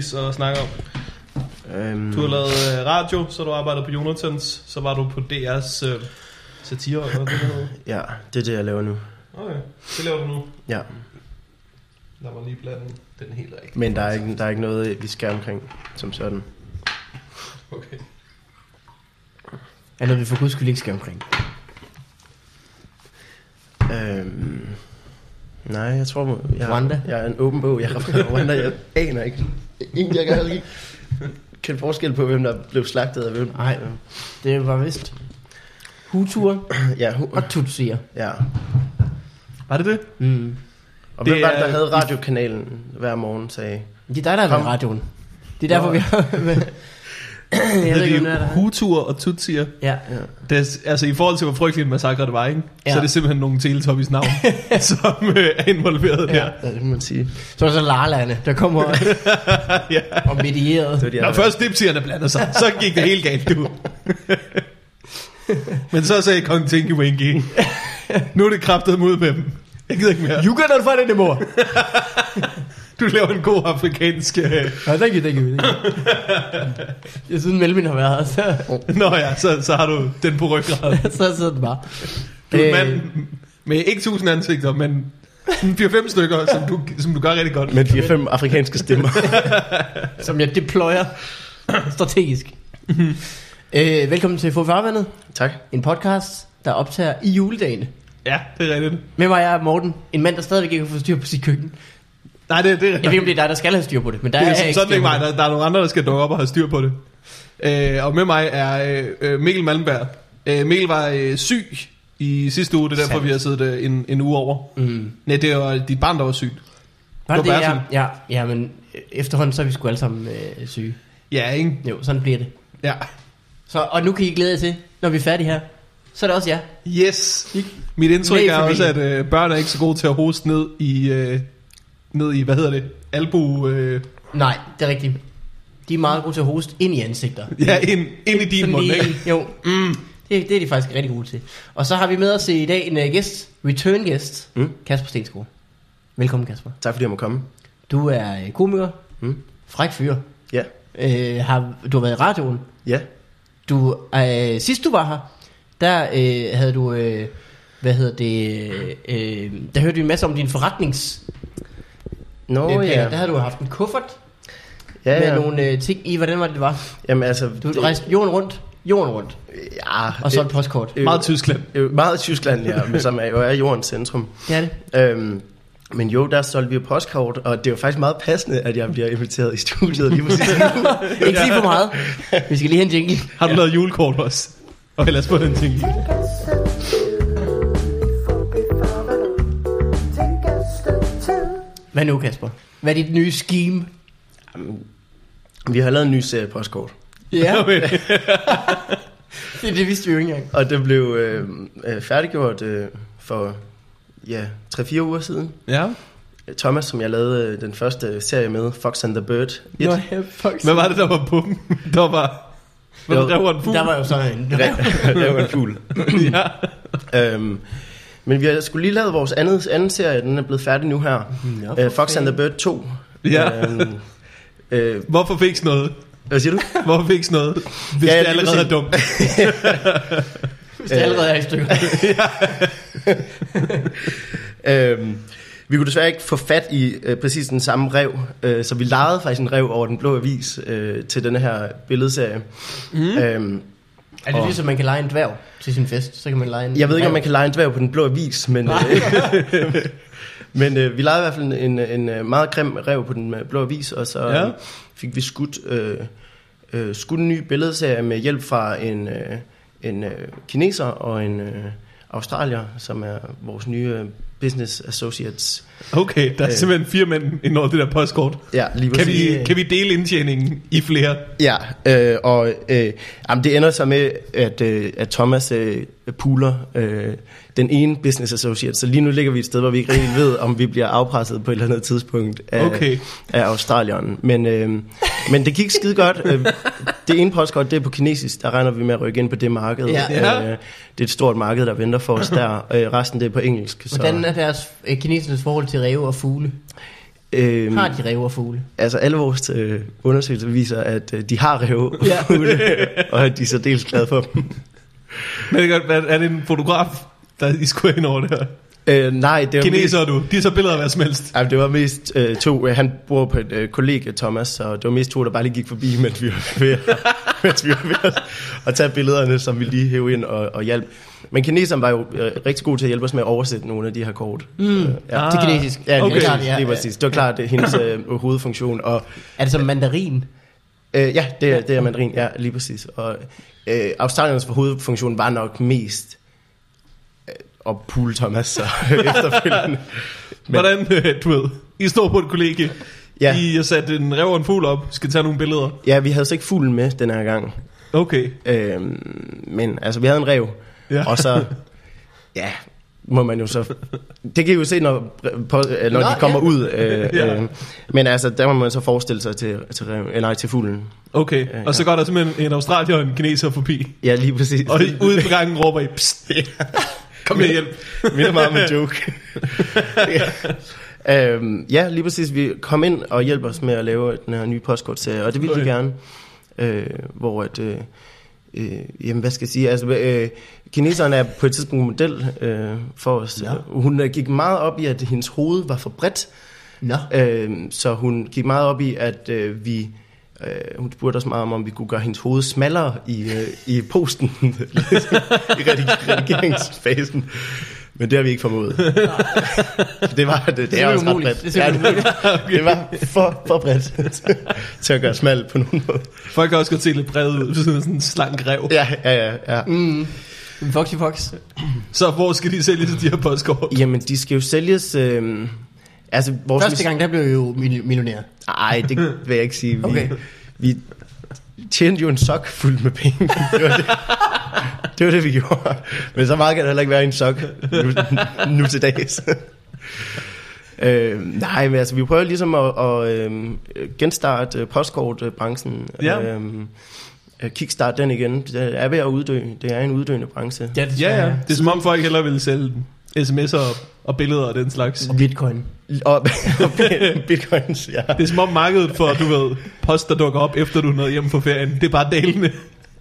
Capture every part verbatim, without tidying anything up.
quiz og snakke om? Øhm. Du har lavet øh, radio, så du arbejder på Jonathans, så var du på D R's øh, satire, eller hvad det hedder? Ja, det er det, jeg laver nu. Okay, det laver du nu. Ja. Lad mig lige blande den helt rigtigt. Men der er ikke, der er ikke noget, vi skal omkring som sådan. Okay. Er noget, vi for guds skyld ikke skal omkring? Øhm. Nej, jeg tror, jeg, Rwanda? jeg er en åben bog. Jeg har Rwanda, jeg aner ikke. Ingen, jeg kan ikke kende forskel på, hvem der blev slagtet af hvem. Nej, det var vist Hutuer Ja, hu- og Tutsier. ja. Var det det? Mm. Og Det hvem var det, der er- havde radiokanalen hver morgen, sagde? Det er dig, der er Kom. med radioen. Det er derfor, Nå. vi har... Jeg ved ikke, hvem Det der er er der. Hutuer og Tutsier. Ja. Ja. Det er, altså i forhold til, hvor frygtelig en massakre det var, ikke? Ja. Så er det simpelthen nogle Teletubbies navn, som øh, er involveret Ja. der. Ja, det må man sige. Så er der så Larlande, der kommer Ja. og medieret. Det var de Når andre. først dipsierne blander sig, så gik det helt galt, du. Men så sagde Kong Tinky Winky, nu er det kraftet mod med dem. Jeg gider ikke mere. You got not find anymore. Du laver en god afrikansk... Øh... Ja, thank you, thank you. Thank you. Jeg synes, Melvin har været her, så, Nå ja, så, så har du den på ryggraden. så sidder den bare. Du er en Øh, mand med ikke tusind ansigter, men fire fem stykker, som du, som du gør rigtig godt. Men fire fem afrikanske stemmer. Som jeg deployer strategisk. øh, velkommen til Få Farvandet, Tak. en podcast, der optager i juledagene. Ja, det er rigtigt. Med mig er Morten, en mand, der stadigvæk ikke har fået styr på sit køkken. Nej, det, det, Jeg ved ikke, om det er dig, der skal have styr på det, men der det er, er ikke sådan styr ikke på mig. Der, der er nogle andre, der skal dukke op og have styr på det. Øh, og med mig er øh, Mikkel Malmberg. Øh, Mikkel var øh, syg i sidste uge, det er derfor, Sandt. vi har siddet øh, en, en uge over. Mm. Nej, det var dit barn, der var sygt. Var det Det var det, ja, bare ja, ja, men efterhånden så er vi sgu alle sammen øh, syge. Ja, ikke? Jo, sådan bliver det. Ja. Så, og nu kan I glæde jer til, når vi er færdige her, så er det også jer. Yes. Mit indtryk Med i er også, at familien. øh, børn er ikke så gode til at hoste ned i, øh, ned i hvad hedder det, albu... Øh, Nej, det er rigtigt. De er meget gode til at hoste ind i ansigter. ja, ind, ind i din Sådan mund, lige- ikke? Jo, mm. det, det er de faktisk rigtig gode til. Og så har vi med os i dag en uh, gæst, return guest, Mm. Kasper Stensgaard. Velkommen, Kasper. Tak fordi jeg må komme. Du er uh, komiker, Mm. fræk fyr. Ja. Uh, har, du har været i radioen. Ja. Du, uh, sidst du var her, der uh, havde du, uh, hvad hedder det, uh, der hørte vi en masse om din forretnings... Nå øh, planer. ja. Der havde du haft en kuffert Ja, med ja. nogle uh, ting i. Hvordan var det, det var? Jamen altså... Du det- rejste jorden rundt, jorden rundt, Ja, og så øh, et postkort. øh, Meget Tyskland. øh, Meget Tyskland, ja. Men som er, jo er jordens centrum. Det er det. Øhm, men jo, der solgte vi jo postkort, og det er jo faktisk meget passende, at jeg bliver inviteret i studiet lige præcis nu. Ikke sige for meget. Vi skal lige have en jingle. Har du lavet julekort også? Og ellers på den ting. Hvad nu, Kasper? Hvad er dit nye scheme? Vi har lavet en ny serie postkort, Ja, Okay. det, det vidste vi jo ikke engang. og det blev øh, øh, færdiggjort øh, for ja, tre fire uger siden. Ja. Thomas, som jeg lavede øh, den første serie med, Fox and the Bird et. Nå, ja, fuck. Hvad var det, der var på dem? Der var... Hvad Jo. der var en fugl? Der var jo sådan en... Det var en fugl. Ja. øhm, men vi har skulle lige lavet vores andet, anden serie, den er blevet færdig nu her. Nå, for øh, Fox and the fanden. Bird to. Ja. Øhm, øh, Hvorfor fik noget? hvad siger du? Hvorfor fik noget? Hvis Ja, det lige allerede er præcis. dumt. Hvis det allerede er i stykker. øhm, vi kunne desværre ikke få fat i øh, præcis den samme rev, øh, så vi lejede faktisk en rev over Den Blå Avis øh, til denne her billedserie. Mm. Øhm, Er det Og- ligesom, man kan lege en dværg til sin fest? Så kan man lege en... jeg ved ikke, om man kan lege en dværg på Den Blå Avis, men, øh, men øh, vi lejede i hvert fald en, en, en meget grim rev på Den Blå Avis, og så Ja. øh, fik vi skudt, øh, øh, skudt en ny billedserie med hjælp fra en, øh, en øh, kineser og en øh, australier, som er vores nye øh, business associates. Okay, der er Øh. simpelthen fire mænd inden over det der postkort. Ja, lige Kan præcis. vi, kan vi dele indtjeningen i flere? Ja, øh, og øh, jamen, det ender så med, at, øh, at Thomas øh, pooler øh, den ene business associate, så lige nu ligger vi et sted, hvor vi ikke rigtig ved, om vi bliver afpresset på et eller andet tidspunkt af, Okay. af Australien. Men, øh, men det gik skide godt. Øh, det ene postkort, det er på kinesisk, der regner vi med at rykke ind på det marked. Ja. Ja. Øh, det er et stort marked, der venter for os der. Øh, resten det er på engelsk. Så. Hvordan er deres øh, kinesernes forhold til ræve og fugle? Øhm, Har de ræve og fugle? Altså alle vores øh, undersøgelser viser, at øh, de har ræve og Ja. fugle, og at de er så dels glade for dem. Men det er, godt, er det en fotograf, der I skulle ind over det her? Øh, nej, det var Kineser du, de er så billeder af hvad som helst. mest, det var mest øh, to. Øh, han bor på et øh, kollega, Thomas, så det var mest to, der bare lige gik forbi, mens vi var ved, mens vi var ved at, at tage billederne, som vi lige hævde ind og, og hjalp. Men kineseren var jo øh, rigtig god til at hjælpe os med at oversætte nogle af de her kort. Mm. Øh, ja. Ah. Det er kinesisk. Ja, lige Okay. okay. Klart, præcis, ja. lige præcis. Det var klart, det er hendes øh, hovedfunktion. Og, Er det som mandarin? øh, ja, det er, det er mandarin, ja, lige præcis. Og øh, australiernes hovedfunktion var nok mest øh, at pule Thomas så efterfølgende. Men- Hvordan, øh, du ved, I står på et kollegie, Ja. I har sat en rev og en fugl op, skal tage nogle billeder. Ja, vi havde så ikke fuglen med den her gang. Okay. Øhm, men altså, vi havde en rev, Ja. og så, ja, må man jo så, det kan I jo se, når, på, når Nå, de kommer ja. ud. Øh, Ja. øh, men altså, der må man så forestille sig til, til, rev, øh, nej, til fuglen. Okay, Ja, og så går der simpelthen en australier og en kineser forbi. Ja, lige præcis. Og I- ude på gangen råber I, psst, kom med hjælp. Minder meget om en joke. ja. Øhm, ja, lige præcis. Vi kom ind og hjælper os med at lave den her nye postkortserie, og det ville Okay. vi gerne. Øh, hvor at, øh, øh, jamen hvad skal jeg sige, altså øh, kineseren er på et tidspunkt model øh, for os. Ja. Hun øh, gik meget op i, at hendes hoved var for bredt, Nå. øh, så hun gik meget op i, at øh, vi, øh, hun spurgte os meget om, om vi kunne gøre hendes hoved smallere i, øh, i posten, i redig- redigeringsfasen. Men det har vi ikke formået. det var det, det, Det er er også ret umuligt. bredt. Det er Ja, simpelthen det, det var for, for bredt til at gøre smal på nogen måde. Folk kan også godt se lidt bredt ud, sådan en slank rev. Ja, ja, ja. ja. Mm. Foxy Fox. Så hvor skal de sælge til de her postkort? Jamen, de skal jo sælges... Øh, altså, vores Første gang, der blev jeg jo mil- millionær. Nej, det vil jeg ikke sige. Vi, Okay. vi tjente jo en sok fuld med penge. Det var det, det var det, vi gjorde. Men så meget kan der heller ikke være i en sok nu, nu til dags. øh, nej, men altså, vi prøver ligesom at, at øh, genstarte øh, postkortbranchen. Ja. Øh, kickstart den igen. Det er ved at uddø. Det er en uddøende branche. Ja, det Ja, ja. Det er som om folk hellere vil sælge sms'er og, og billeder og den slags. Og bitcoin. Og, og bitcoins, ja. Det er som om markedet for, du ved, post, der dukker op, efter du er nået hjem fra ferien. Det er bare dalende.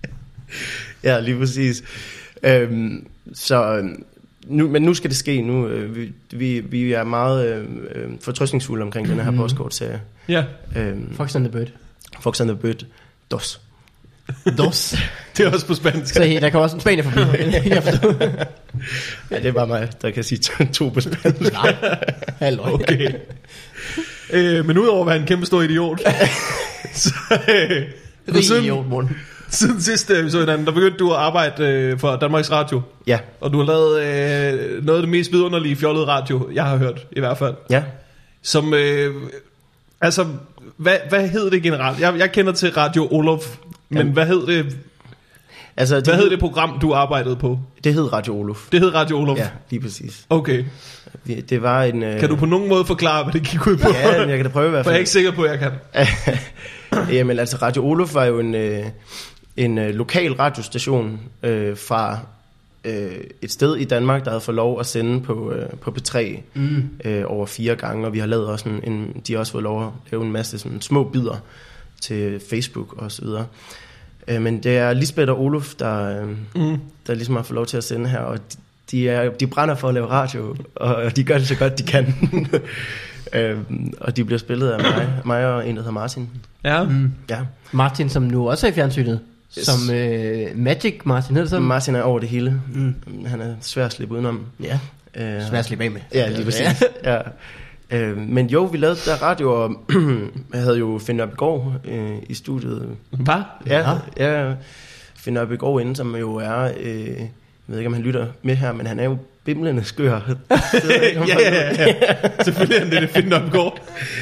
Ja, lige præcis. Øhm, så øhm, nu, men nu skal det ske nu. Øh, vi, vi, vi er meget øh, øh, fortrøstningsfulde omkring den her Mhm. postkortserie. Ja, Øhm, Fox and the Bird. Fox and the Bird. Dos. Dos. det er også på spansk. Så hey, der kommer også en spanier forbi. Jeg forstår. Ja, det er bare mig, der kan sige to, to på spansk. Nej. Halløj. Okay. Øh, men udover at være en kæmpe stor idiot, så, øh, Rig siden, idiot, morgen. siden sidst øh, vi så hinanden, der begyndte du at arbejde øh, for Danmarks Radio. Ja, Og du har lavet øh, noget af det mest vidunderlige fjollede radio, jeg har hørt i hvert fald. ja. Som, øh, altså, hvad, hvad hed det generelt? Jeg, jeg kender til Radio Olof, men Jamen. hvad hed det, Altså, det, hvad hed det program, du arbejdede på? det hed Radio Olof. Det hed Radio Olof? Ja, lige præcis. Okay. Vi- Det var en... Øh, Kan du på nogen måde forklare, hvad det gik ud på? Ja, men jeg kan da prøve i hvert For jeg er fald. ikke sikker på, at jeg kan. Jamen altså, Radio Olof var jo en, øh, en øh, lokal radiostation øh, fra øh, et sted i Danmark, der havde fået lov at sende på, øh, på P tre Mm. øh, over fire gange, og vi har lavet også en, en, de har også fået lov at lave en masse sådan, små bidder til Facebook og så videre. Øh, men det er Lisbeth og Olof, der, øh, Mm. der ligesom har fået lov til at sende her, og de, de, er, de brænder for at lave radio, og de gør det så godt, de kan. øh, og de bliver spillet af mig, mig og en, der hedder Martin. Ja. Mm. Ja. Martin, som nu også er i fjernsynet. Yes. Som øh, Magic Martin, hedder det sådan? Martin er over det hele. Mm. Han er svær at slippe udenom. Ja, Øh, svær at slippe af med. Ja, lige præcis. Ja. Øh, men jo, vi lavede der radio, og jeg havde jo Finn Nørbegaard øh, i studiet. Hvad? Ja, ja. Finn Nørbegaard inde, som jo er... Øh, jeg ved ikke, om han lytter med her, men han er jo bimlende skør. ja, ja, ja. Selvfølgelig er han det, det finder op går.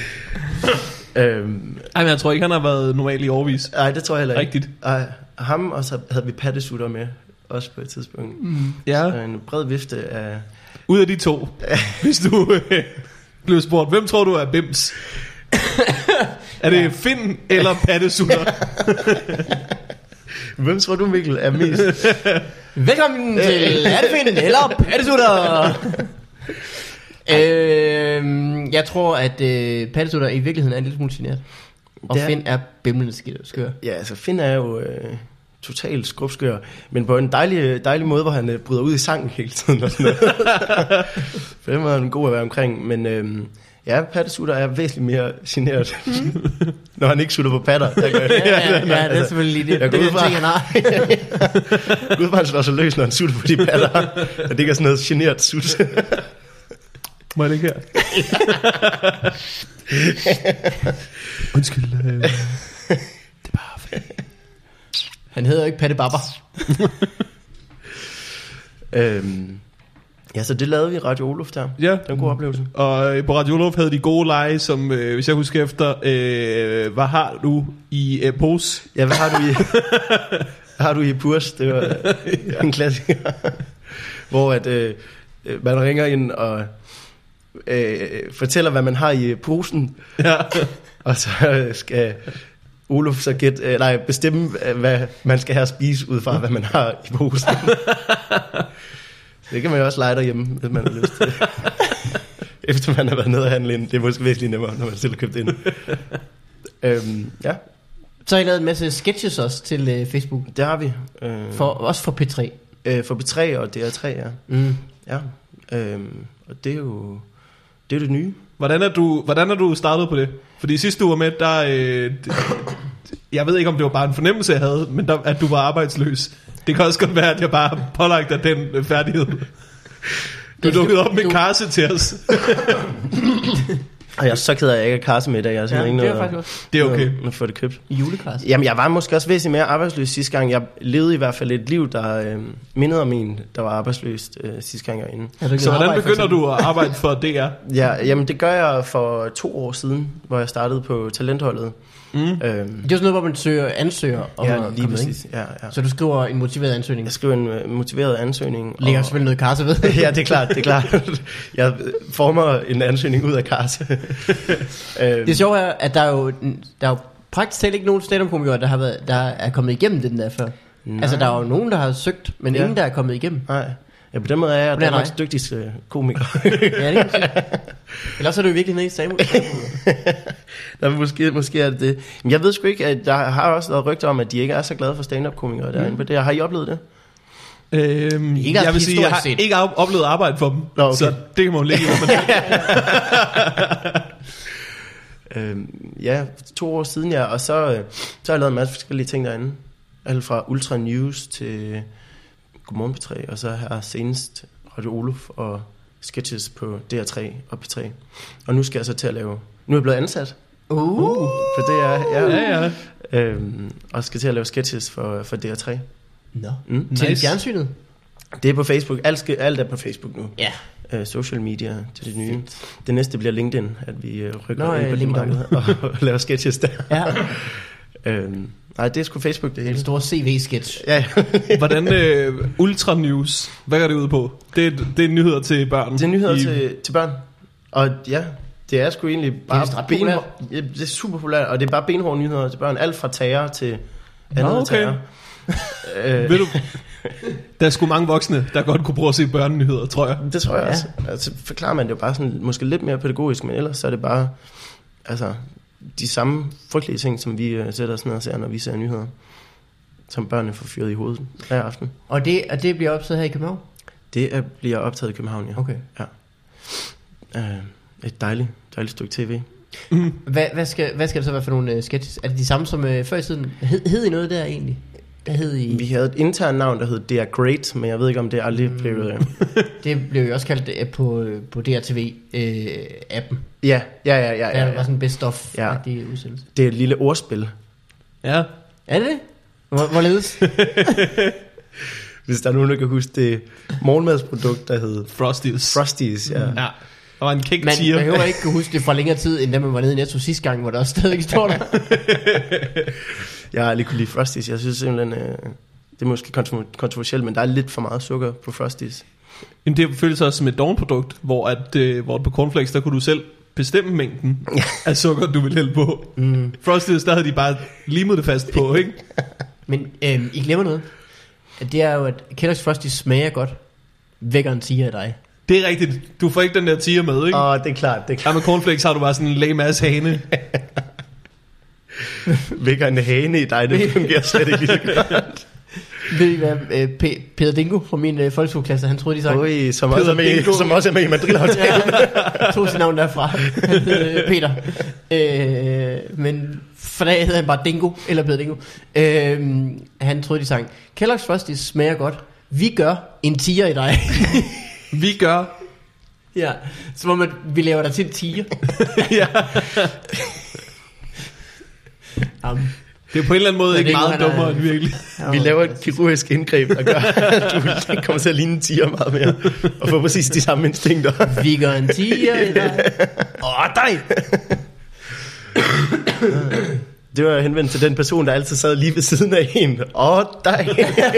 øhm, Ej, men jeg tror ikke, han har været normal i overvis. Ej, det tror jeg heller ikke. Rigtigt. Ej, ham, og så havde vi pattesutter med, også på et tidspunkt. Mm. Ja. Så en bred vifte af... Ud af de to, hvis du øh, blev spurgt, hvem tror du er bims? Er det Finn eller Pattesutter? Hvem tror du, Mikkel, er mest... Velkommen til Er det Finn eller Pattesutter? Øh, jeg tror, at øh, pattesutter i virkeligheden er en lille smule generet. Og Det er- Finn er bimlende skidt- skør. Ja, altså Finn er jo øh, totalt skrubskør, men på en dejlig, dejlig måde, hvor han øh, bryder ud i sangen hele tiden og sådan noget. For det var en god at være omkring, men øh, ja, pattesutter er væsentligt mere generet, når han ikke sutter på patter. Der gør, Ja, ja, ja, det er selvfølgelig lige det. Jeg Det går er ud den fra- ting, han har. Gud, hvor han slår sig løs, når han sutter på de patter, og det ikke er sådan noget generet sut. Må jeg det ikke her? Undskyld. Øh. Det er bare fedt. Han hedder jo ikke Patte Babber. øhm, ja, så det lavede vi i Radio Oluf der. Ja. Det var en god oplevelse. Og øh, på Radio Oluf havde de gode lege, som, øh, hvis jeg husker efter, øh, hvad har du i øh, pose? Ja, hvad har du i, hvad har du i purs? Det var ja. en klassiker. Hvor at, øh, man ringer ind og øh, fortæller, hvad man har i posen. Ja. Og så skal Oluf så gæt, øh, nej, bestemme, hvad man skal have at spise ud fra, hvad man har i posen. Det kan man jo også lege derhjemme, hvis man har lyst til det. Efter man har været nede og handle ind. Det er måske væsentligt nemmere, når man selv har købt ind. øhm, ja, Så har I lavet en masse sketches også til øh, Facebook. det har vi. Øh, For, også for P tre. øh, for B tre og D R tre, ja. Mm. ja. Øhm, og det er jo det, er det nye. Hvordan er du, hvordan er du startet på det? Fordi sidste uge var med, der... Øh, jeg ved ikke, om det var bare en fornemmelse, jeg havde, men der, at du var arbejdsløs. Det kan også godt være, at jeg bare har pålagt dig den øh, færdighed. Du dukkede op med du- karse til os. Og jeg er så ked af, at jeg ikke har kasse med i dag. Jeg har Ja, simpelthen det ikke er noget, faktisk også Det er okay. noget at få det købt. julekars. Jamen, jeg var måske også væsentligt mere arbejdsløs sidste gang. Jeg levede i hvert fald et liv, der øh, mindede om en, der var arbejdsløs øh, sidste gang jeg var inde. Har du ikke Så noget hvordan arbejde, for begynder eksempel? du at arbejde for D R? Ja, jamen, det gør jeg for to år siden, hvor jeg startede på talentholdet. Mm. Øhm, Det er jo sådan noget, hvor man søger ansøger om ja, at lige komme med, præcis. ikke? Ja, ja. Så du skriver en motiveret ansøgning. Jeg skrev en øh, motiveret ansøgning. Ligger og- selvfølgelig noget karse ved. Ja, det er klart, det er klart. Jeg former en ansøgning ud af karse. øhm, Det sjove er, at der er jo, der er jo praktisk talt ikke nogen stand-up-komikere, der, har været, der er kommet igennem den der før. nej. Altså, der er jo nogen, der har søgt, men Ja. ingen, der er kommet igennem. Nej. Ja, på den måde er jeg Hvordan er Danmarks dig? dygtigste øh, komiker. Ja, det kan man sige. Eller så er du virkelig nede i Samuel. Der er måske, måske er det det. Men jeg ved sgu ikke, at der har også været rygter om, at de ikke er så glade for stand-up-komikere derinde på det. Har I oplevet det? Øhm, Ikke jeg vil sige, jeg har historisk set. ikke op- oplevet arbejde for dem. Nå, okay. Så det kan man jo ligge i. Men Øhm, ja, to år siden, ja. Og så, øh, så har jeg lavet en masse forskellige ting derinde. Alt fra Ultra News til Godmorgen P tre, og så her senest Radio Oluf og sketches på D R tre og P tre. Og nu skal jeg så til at lave... Nu er jeg blevet ansat, Uh. for det er... Ja, ja, ja. Øhm, og skal til at lave sketches for, for D R tre. Nå. Mm. Til Nice. fjernsynet? Det er på Facebook. Alt, skal, alt er på Facebook nu. Ja. Uh, social media til det nye. Det næste bliver LinkedIn, at vi uh, rykker Nå, ind ja, på lige LinkedIn og, og laver sketches der. Ja. øhm, nej, det er sgu Facebook det En hele. stor C V-sketch. Ja, Hvordan øh, Ultra News, hvad går det ud på? Det, er- det er nyheder til børn. det er nyheder I, til, til børn. Og ja, det er sgu egentlig bare vist ret populært. ja, det er super populært, og det er bare benhårde nyheder til børn. Alt fra terror til andet Nå, okay. terror. øh, Ved du, der er sgu mange voksne, der godt kunne prøve at se børnenyheder, tror jeg. det tror jeg Ja. også. Altså, forklarer man det jo bare sådan, måske lidt mere pædagogisk, men ellers så er det bare altså, de samme frygtelige ting, som vi uh, sætter os ned og ser, når vi ser nyheder. Som børnene får fyret i hovedet hver aften. Og det, og det bliver optaget her i København? Det er, bliver optaget i København, ja. Okay. Uh, et dejligt, dejligt stykke tv. Hvad, hvad, skal, hvad skal det så være for nogle uh, sketches? Er det de samme som uh, før i tiden? Hed, hed I noget der egentlig? Hvad hed I? Vi havde et internt navn, der hed D R Great, men jeg ved ikke, om det aldrig mm. blev... Uh, Det blev jo også kaldt uh, på, uh, på D R T V-appen. Uh, ja, ja, ja, ja, Ja, ja, det var ja. sådan en best-of Ja. udsendelse. Det er et lille ordspil. Ja. Er det det? Hvor, hvorledes? Hvis der er nogen, der kan huske det morgenmadsprodukt, der hed Frosties. Frosties. Ja. Ja. Der var en cake Man tier. behøver ikke kunne huske det fra længere tid, end da man var nede i Netto sidste gang, hvor der også stadig står der. Jeg har aldrig kunne lide Frosties. Jeg synes simpelthen, øh, det er måske kontro- kontroversielt, men der er lidt for meget sukker på Frosties. Men det føles også som et dognprodukt, hvor, at, øh, hvor på cornflakes, der kunne du selv bestemme mængden af sukker, du ville hælde på. Mm. Frosties, der havde de bare limet det fast på, ikke? Men øh, I glemmer noget. At det er jo, at Kellogg's Frosties smager godt. Vækker en tiger af dig. Det er rigtigt. Du får ikke den der tiger med, ikke? Åh, det er klart, det er klart. Ja, med cornflakes har du bare sådan en lame ass hane. Vækker en hane i dig, det fungerer slet ikke lige så godt. Ved I hvad, øh, P- Peter Dingo fra min øh, folkeskoleklasse, han troede, de sang. Ui, som også, er med, Dingo. som også er med i Madrid-aftalen. Ja, tog sit navn derfra. Han hed øh, Peter. Øh, men for dag hedder han bare Dingo, eller Peter Dingo. Øh, han troede, de sang. Kellogg's Frosties smager godt. Vi gør en tiger i dig. Vi gør. Ja, som om at vi laver dig til en tiger. Ja. um, Det er på en eller anden måde Men ikke det er meget ikke, han er- dummere end virkelig. Vi laver et kirurgisk indgreb, der gør, at du kommer til at ligne en tiger meget mere. Og få præcis de samme instinkter. Vi gør en tiger i dig. Åh, dig! Det var henvendt til den person, der altid sad lige ved siden af en. Åh, dig!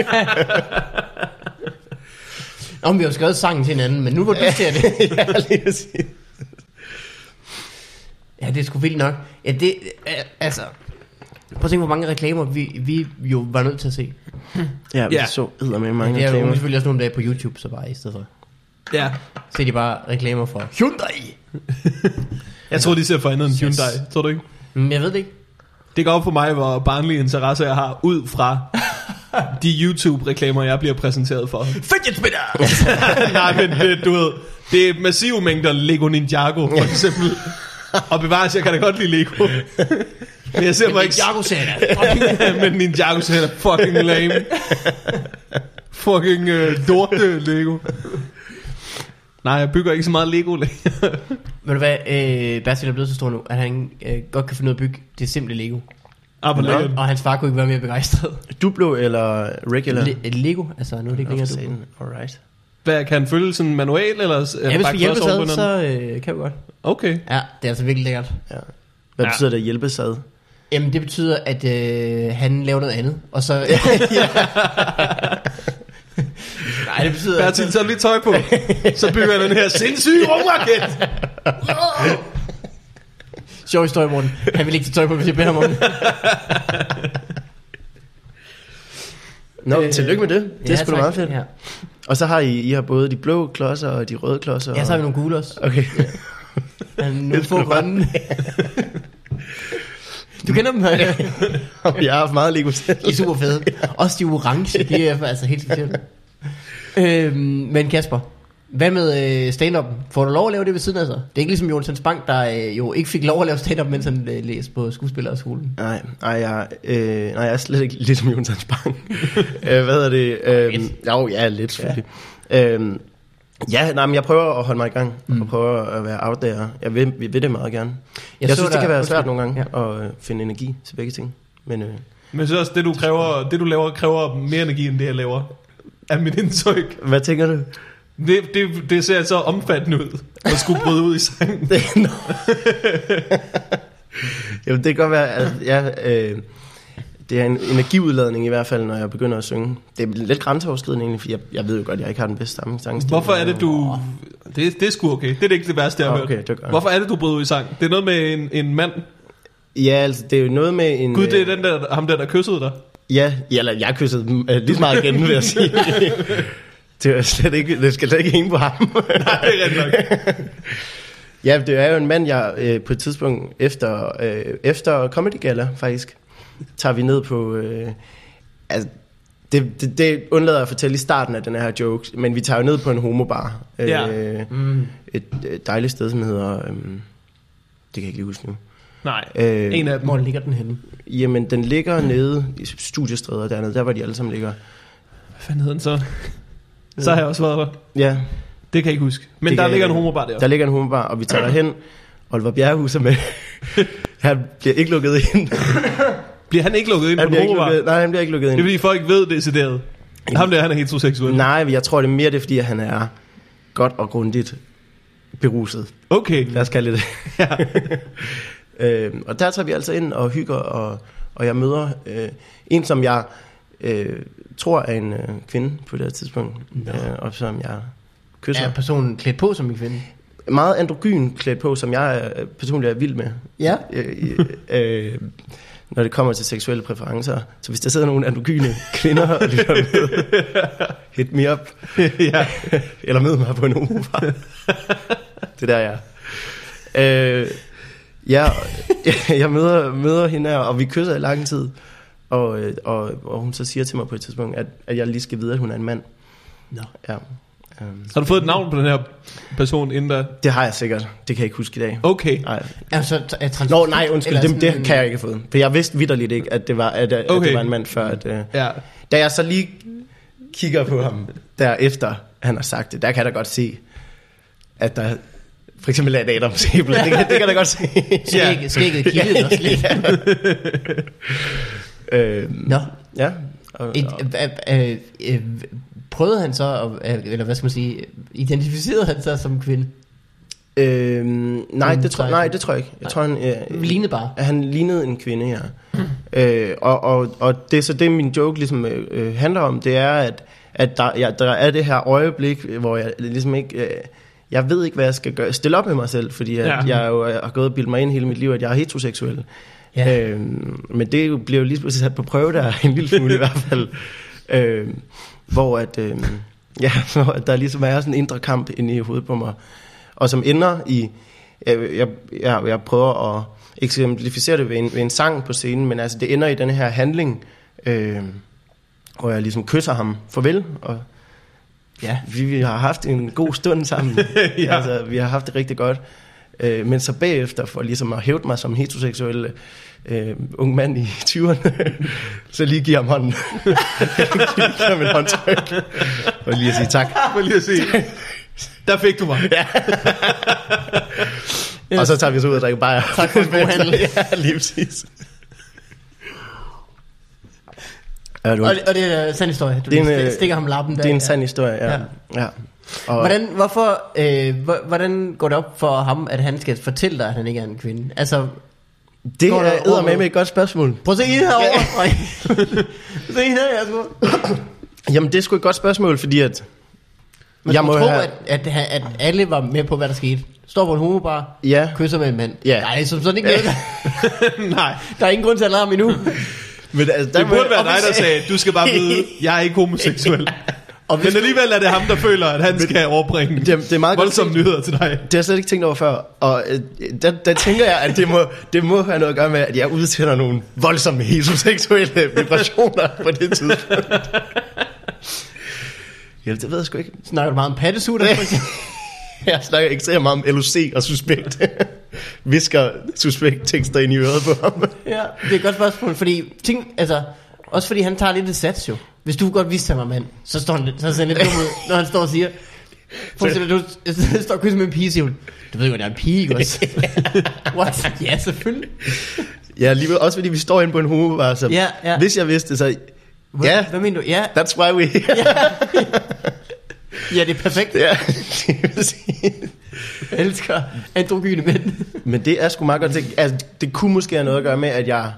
Om vi har skrevet sangen til hinanden, men nu hvor du ser det. Ja, lige at sige. Ja, det er sgu vildt nok. Ja, det, øh, altså... Prøv at tænke, hvor mange reklamer vi, vi jo var nødt til at se. Ja, vi Ja. så edder med Men mange det er jo reklamer. selvfølgelig også nogle dage på YouTube, så bare i stedet for. Ja. Se de bare reklamer for Hyundai. Jeg tror, de ser for andet end Yes. Hyundai. Tror du ikke? Men jeg ved det ikke. Det går op for mig, hvor barnlige interesser jeg har, ud fra de YouTube-reklamer, jeg bliver præsenteret for. Fidget spinner! Nej, men det, du ved, det er massive mængder Lego Ninjago, for eksempel. Og bevares, jeg kan da godt lide Lego. Men jeg ser mig ikke... Ninjago sætter. Men Ninjago ser fucking lame. Fucking uh, dorte Lego. Nej, jeg bygger ikke så meget Lego længere. Ved du hvad, øh, Bastian er blevet så stor nu, at han øh, godt kan finde ud af at bygge det simple Lego. Ah, hvor lækkert. Og hans far kunne ikke være mere begejstret. Duplo eller regular? Le- Lego, altså nu er det ikke længere du. Alright. Hvad, kan han følge sådan manual, eller? Ja, hvis vi hjælpes ad, så øh, kan vi godt. Okay. Ja, det er altså virkelig lækkert. Ja. Hvad Ja. betyder det at hjælpes ad? Jamen det betyder, at øh, han laver noget andet. Og så... Nej, det betyder... Bertil, tag lige tøj på. Så bygger jeg den her sindssyge rumraket. Sjov historie, Morten. Han vil ikke tage tøj på, hvis jeg beder ham om det. Nå, øh, tillykke med det. Det er sgu da meget fedt. Ja. Og så har I, I har både de blå klodser og de røde klodser. Ja, så har vi og... nogle gule også. Okay. Han nogle få grønne. Du kender dem, her. Jeg har haft meget Lego selv. De er super fede. Også de orange, de er altså helt specielle. Øhm, men Kasper, hvad med øh, stand-up? Får du lov at lave det ved siden af sig? Det er ikke ligesom Jonas Bank, der øh, jo ikke fik lov at lave stand-up, mens han øh, læste på skuespillerskolen. Nej, nej, jeg, øh, nej, jeg er slet ikke lidt som Jonas Bang. øh, hvad er det? Øh, jo, ja, lidt selvfølgelig. Ja. Øh, ja, nej, men jeg prøver at holde mig i gang, mm. og prøver at være out there. Jeg vil, jeg vil det meget gerne. Jeg, jeg synes, der, det kan være svært nogle gange, ja. at øh, finde energi til begge ting. Men, øh, Men jeg synes også, det du, kræver, det du laver, kræver mere energi, end det jeg laver. Er mit indtryk. hvad tænker du? Det, det, det ser så omfattende ud, at skulle bryde ud i sangen. Det, no. Jamen, det kan godt være, at ja, øh, det er en energiudladning i hvert fald, når jeg begynder at synge. Det er lidt grænseoverskridende egentlig, for jeg, jeg ved jo godt, at jeg ikke har den bedste sangstil. Hvorfor er det, du... Det, det er sgu okay. Det er det ikke det værste, jeg har Okay, hørt. det gør jeg. Hvorfor er det, du bryder ud i sang? Det er noget med en, en mand. Ja, altså, det er jo noget med en... Gud, det er den der, ham der, der kyssede dig. Ja, ja, eller jeg kyssede dem øh, lige så meget igen, vil jeg sige. Det er slet ikke, det skal slet ikke hænge på ham. Nej, det er ret nok. Ja, det er jo en mand, jeg øh, på et tidspunkt efter, øh, efter Comedy Gala, faktisk, tager vi ned på... Øh, altså, det, det, det undlader jeg at fortælle i starten af den her joke, men vi tager jo ned på en homobar. Øh, Ja. Mm. et, et dejligt sted, som hedder... Øh, det kan jeg ikke lige huske nu. Nej, Øh, en af dem. Hvor ligger den henne? Jamen, den ligger nede i Studiestræder dernede, der hvor de alle sammen ligger. Hvad fanden hedder den så? Så har jeg også været der. Ja, Det kan jeg ikke huske. Men Det der kan ligger jeg- en homobar der. der ligger en homobar, og vi tager derhen. Oliver Bjerrehus er med. Han bliver ikke lukket ind. Bliver han ikke lukket ind Han på en bliver ikke homobar? lukket, nej, han bliver ikke lukket Det ind. er fordi folk ved det decideret. Ham der, han er heteroseksuel. Nej, men jeg tror, det er mere det, fordi han er godt og grundigt beruset. Okay. Lad os kalde det Ja. øhm, og der tager vi altså ind og hygger, og, og jeg møder øh, en, som jeg øh, tror er en øh, kvinde på det her tidspunkt, Nå. øh, og som jeg kysser. Er personen klædt på som en kvinde? Meget androgyn klædt på, som jeg øh, personligt er vild med. Ja. Øh, øh, når det kommer til seksuelle præferencer. Så hvis der sidder nogle androgyne kvinder og lytter med, hit me up. Ja. Eller mød mig på en homobar. Det der, jeg øh, ja, jeg møder, møder hende her, og vi kysser i lang tid. Og, og, og hun så siger til mig på et tidspunkt, at, at jeg lige skal vide, at hun er en mand. Nå. Ja. Um, Har du fået et navn på den her person inden da? det har jeg sikkert. Det kan jeg ikke huske i dag. Okay. Nej. Altså, t- trans- Nå, nej, undskyld. eller Det, det sådan- kan jeg ikke have fået. For jeg vidste vitterligt ikke, at det var, at, at Okay. det var en mand før. At, uh, Ja. da jeg så lige kigger på ham, derefter han har sagt det, der kan jeg da godt se, at der for eksempel er et adamsæble. Det, kan- det kan jeg da godt se. Skægget, skægget kiggede også lidt. øh, Nå. Ja. Og, Et, og, øh, øh, øh, prøvede han så, at, øh, eller hvad skal man sige, identificerede han sig som kvinde? øh, nej, det tror, nej, det tror jeg ikke. Jeg tror, han, øh, Lignede bare. han lignede en kvinde, ja. øh, og, og, og det er så det, min joke ligesom øh, handler om, det er, at, at der, ja, der er det her øjeblik, hvor jeg ligesom ikke... Øh, jeg ved ikke, hvad jeg skal gøre. Stille op med mig selv, fordi at Ja. jeg jo har gået og bildet mig ind hele mit liv, at jeg er heteroseksuel. Ja. Øhm, men det jo- bliver jo lige pludselig sat på prøve der, en lille smule i hvert fald. Øhm, hvor at, øhm, ja, hvor at der ligesom er sådan en indre kamp inde i hovedet på mig. Og som ender i, jeg, jeg, jeg, jeg prøver at eksemplificere det ved en, ved en sang på scenen, men altså det ender i den her handling, øhm, hvor jeg ligesom kysser ham farvel, og Ja. vi, vi har haft en god stund sammen. Ja. Altså, vi har haft det rigtig godt. Øh, men så bagefter, for ligesom at hævde mig som heteroseksuel øh, ung mand i tyverne, så lige giver ham hånden. Giver ham en håndtryk. Og lige at sige tak. Må lige at sige. Der fik du mig. Ja. Og så tager vi så ud og drikker bajer. Tak for en god handel. Ja, lige præcis. Ja, du, Og, og det er en sand historie. Du Det er en, lige øh, stikker ham lappen der. det er en ja. sand historie, ja. Ja. ja. Og, Hvordan, hvorfor, øh, hvor- hvordan går det op for ham, at han skal fortælle dig, at han ikke er en kvinde? Altså, det går der er eddermame over- med et godt spørgsmål. prøv at se hende herovre. Se hende her, jeg skulle. Jamen, det er sgu et godt spørgsmål, fordi at... Man jeg skulle må tro, have- at, at, at alle var med på, hvad der skete. Står på en homobar, Ja. kysser med en mand. Ja. Nej, som sådan ikke noget. Nej. Der er ingen grund til at lade ham endnu. Men altså, der Det må- burde være dig, der sagde, du skal bare vide, jeg er ikke homoseksuel. Og hvis Men alligevel er det ham, der føler, at han skal overbringe Det er- det er meget godt voldsomme set. nyheder til dig. Det har jeg slet ikke tænkt over før. Og øh, der, der tænker jeg, at det må, det må have noget at gøre med, at jeg udsætter nogle voldsomme heteroseksuelle vibrationer på det tidspunkt. Ja, det ved jeg sgu ikke. snakker du meget om pattesutter? Jeg snakker ekstremt meget om L O C og suspekt. Visker suspekt tekster ind i øret på ham. Ja, det er et godt spørgsmål, fordi ting, altså, også fordi han tager lidt et sats jo. Hvis du godt vidste, at han var mand, så står han, lidt- så ser han lidt dum ud, når han står og siger, forestil dig, du står og kysser med en pige, siger hun, du ved godt, jeg er en pige, ikke også? What? Ja, selvfølgelig. Ja, alligevel, også fordi vi står inde på en homobar, så Ja, ja. hvis jeg vidste, så... Hvad, Ja, hvad mener du? Ja, that's why we here. ja, det er perfekt. Ja, det vil sige. Jeg elsker androgyne mænd. Men det er sgu meget godt tænkt. Altså, det kunne måske have noget at gøre med, at jeg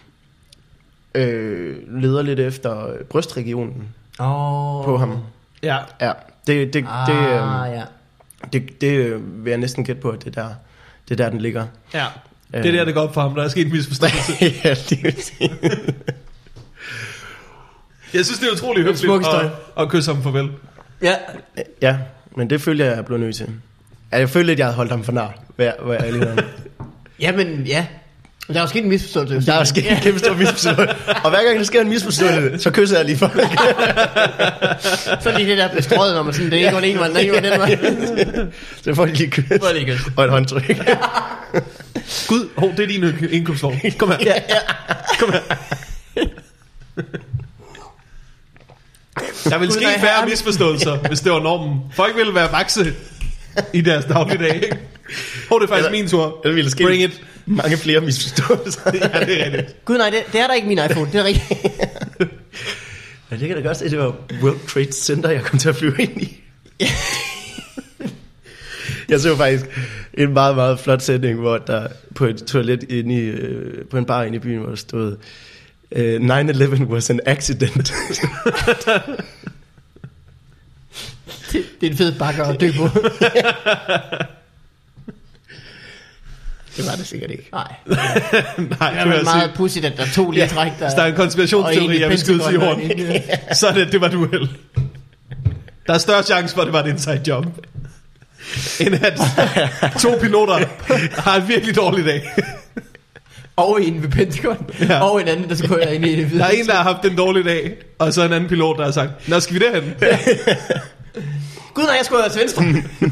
øh, leder lidt efter brystregionen Oh. på ham. Ja. Ja, det, det, Ah, det, øh, ja. det, det øh, vil jeg næsten gætte på, at det er der, det er der, den ligger. Ja. Det er der, det går op for ham. Der er sket en misforståelse. Ja, det vil sige. Jeg synes, det er utrolig smuk hyggeligt historie. at, at kysse ham farvel. Ja, Ja, men det følte jeg, jeg blev nødt til. Ja, jeg følte, at jeg havde holdt ham for nar, hvad jeg, hvad jeg ærlig om. jamen, ja. Der er jo sket en misforståelse. Der er sket en kæmpe stor misforståelse. Og hver gang der sker en misforståelse, så kysser jeg lige folk. Så lige det der bestrøget, når man sådan, det er ikke var den ene vej, den ikke var den vej. Så får de lige kys. Får lige kys. Og et håndtryk. Gud, hov, det er din indkøbsvogn. Kom her. Ja, ja. Kom her. Der ville ske Gud, nej, færre han- misforståelser, hvis det var normen. Folk ville være vakse i deres dagligdag, ikke? Hov, det er faktisk Eller- min tur. eller ville ske- Bring it. Mange flere misforståelser. Ja, det er rigtigt. Gud nej, det, det er der ikke min iPhone, det er rigtigt. Ja, det kan da godt se, det var World Trade Center, jeg kom til at flyve ind i. Jeg så faktisk en meget, meget flot sætning, hvor der på et toilet inde i, øh, på en bar inde i byen, hvor der stod, øh, nine eleven was an accident. Det, det er en fed bakker at dø på. Det var det sikkert ikke. Nej. Nej, Det det er vil jeg vel meget sige. pudsigt, at der er to lige træk, der... Hvis der er en konspirationsteori, jeg vil skyde til jorden, så er det, det var du held. Der er større chance for, at det var et inside job, end at to piloter har en virkelig dårlig dag. Og en ved Pentagon, Ja. og en anden, der skulle ind i det Der er en, der har haft en dårlig dag, og så en anden pilot, der har sagt, nå, skal vi derhen? Gud, nej, jeg skulle have venstre.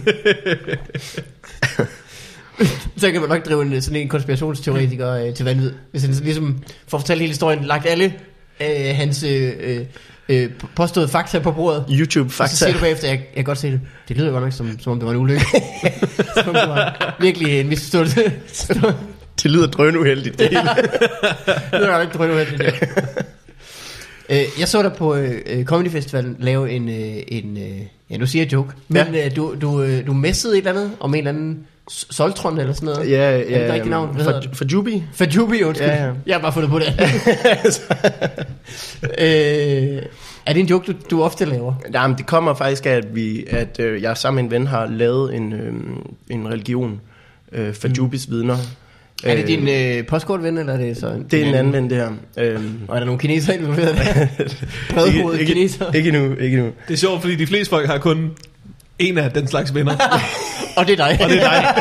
Så kan man nok drive en, sådan en konspirationsteoretiker øh, til vanvid. Hvis han så ligesom får fortalt hele historien, lagt alle øh, hans øh, øh, påståede fakta på bordet. YouTube Og så fakta. siger du bagefter, jeg, jeg kan godt se det. Det lyder godt nok, som, som om det var en ulykke. Som om det var virkelig en misforståelse. Det lyder drønuheldigt. Det hele. Det lyder godt ikke drønne øh, Jeg så dig på øh, Comedy Festivalen lave en, øh, en øh, ja nu siger jeg joke, men Ja. øh, du, du, øh, du messede et eller andet om en eller anden S- Soltron eller sådan noget. Ja, Er det ja. det rigtige navn? Hvad hedder For, det? for Jubi. Fajubi, undskyld. Ja, ja. Jeg har bare fundet på det. øh, er det en joke, du, du ofte laver? Jamen, det kommer faktisk af, at, vi, at øh, jeg sammen med en ven har lavet en, øh, en religion øh, for Jubis vidner. Er det din øh, postkortven, eller er det så en, Det er en anden ven, det her. Øh, Og er der nogle kinesere involveret der? Bredhovedet ikke, kineser. ikke, ikke nu, ikke nu. Det er sjovt, fordi de fleste folk har kun en af den slags venner, Og det er dig. og det er dig.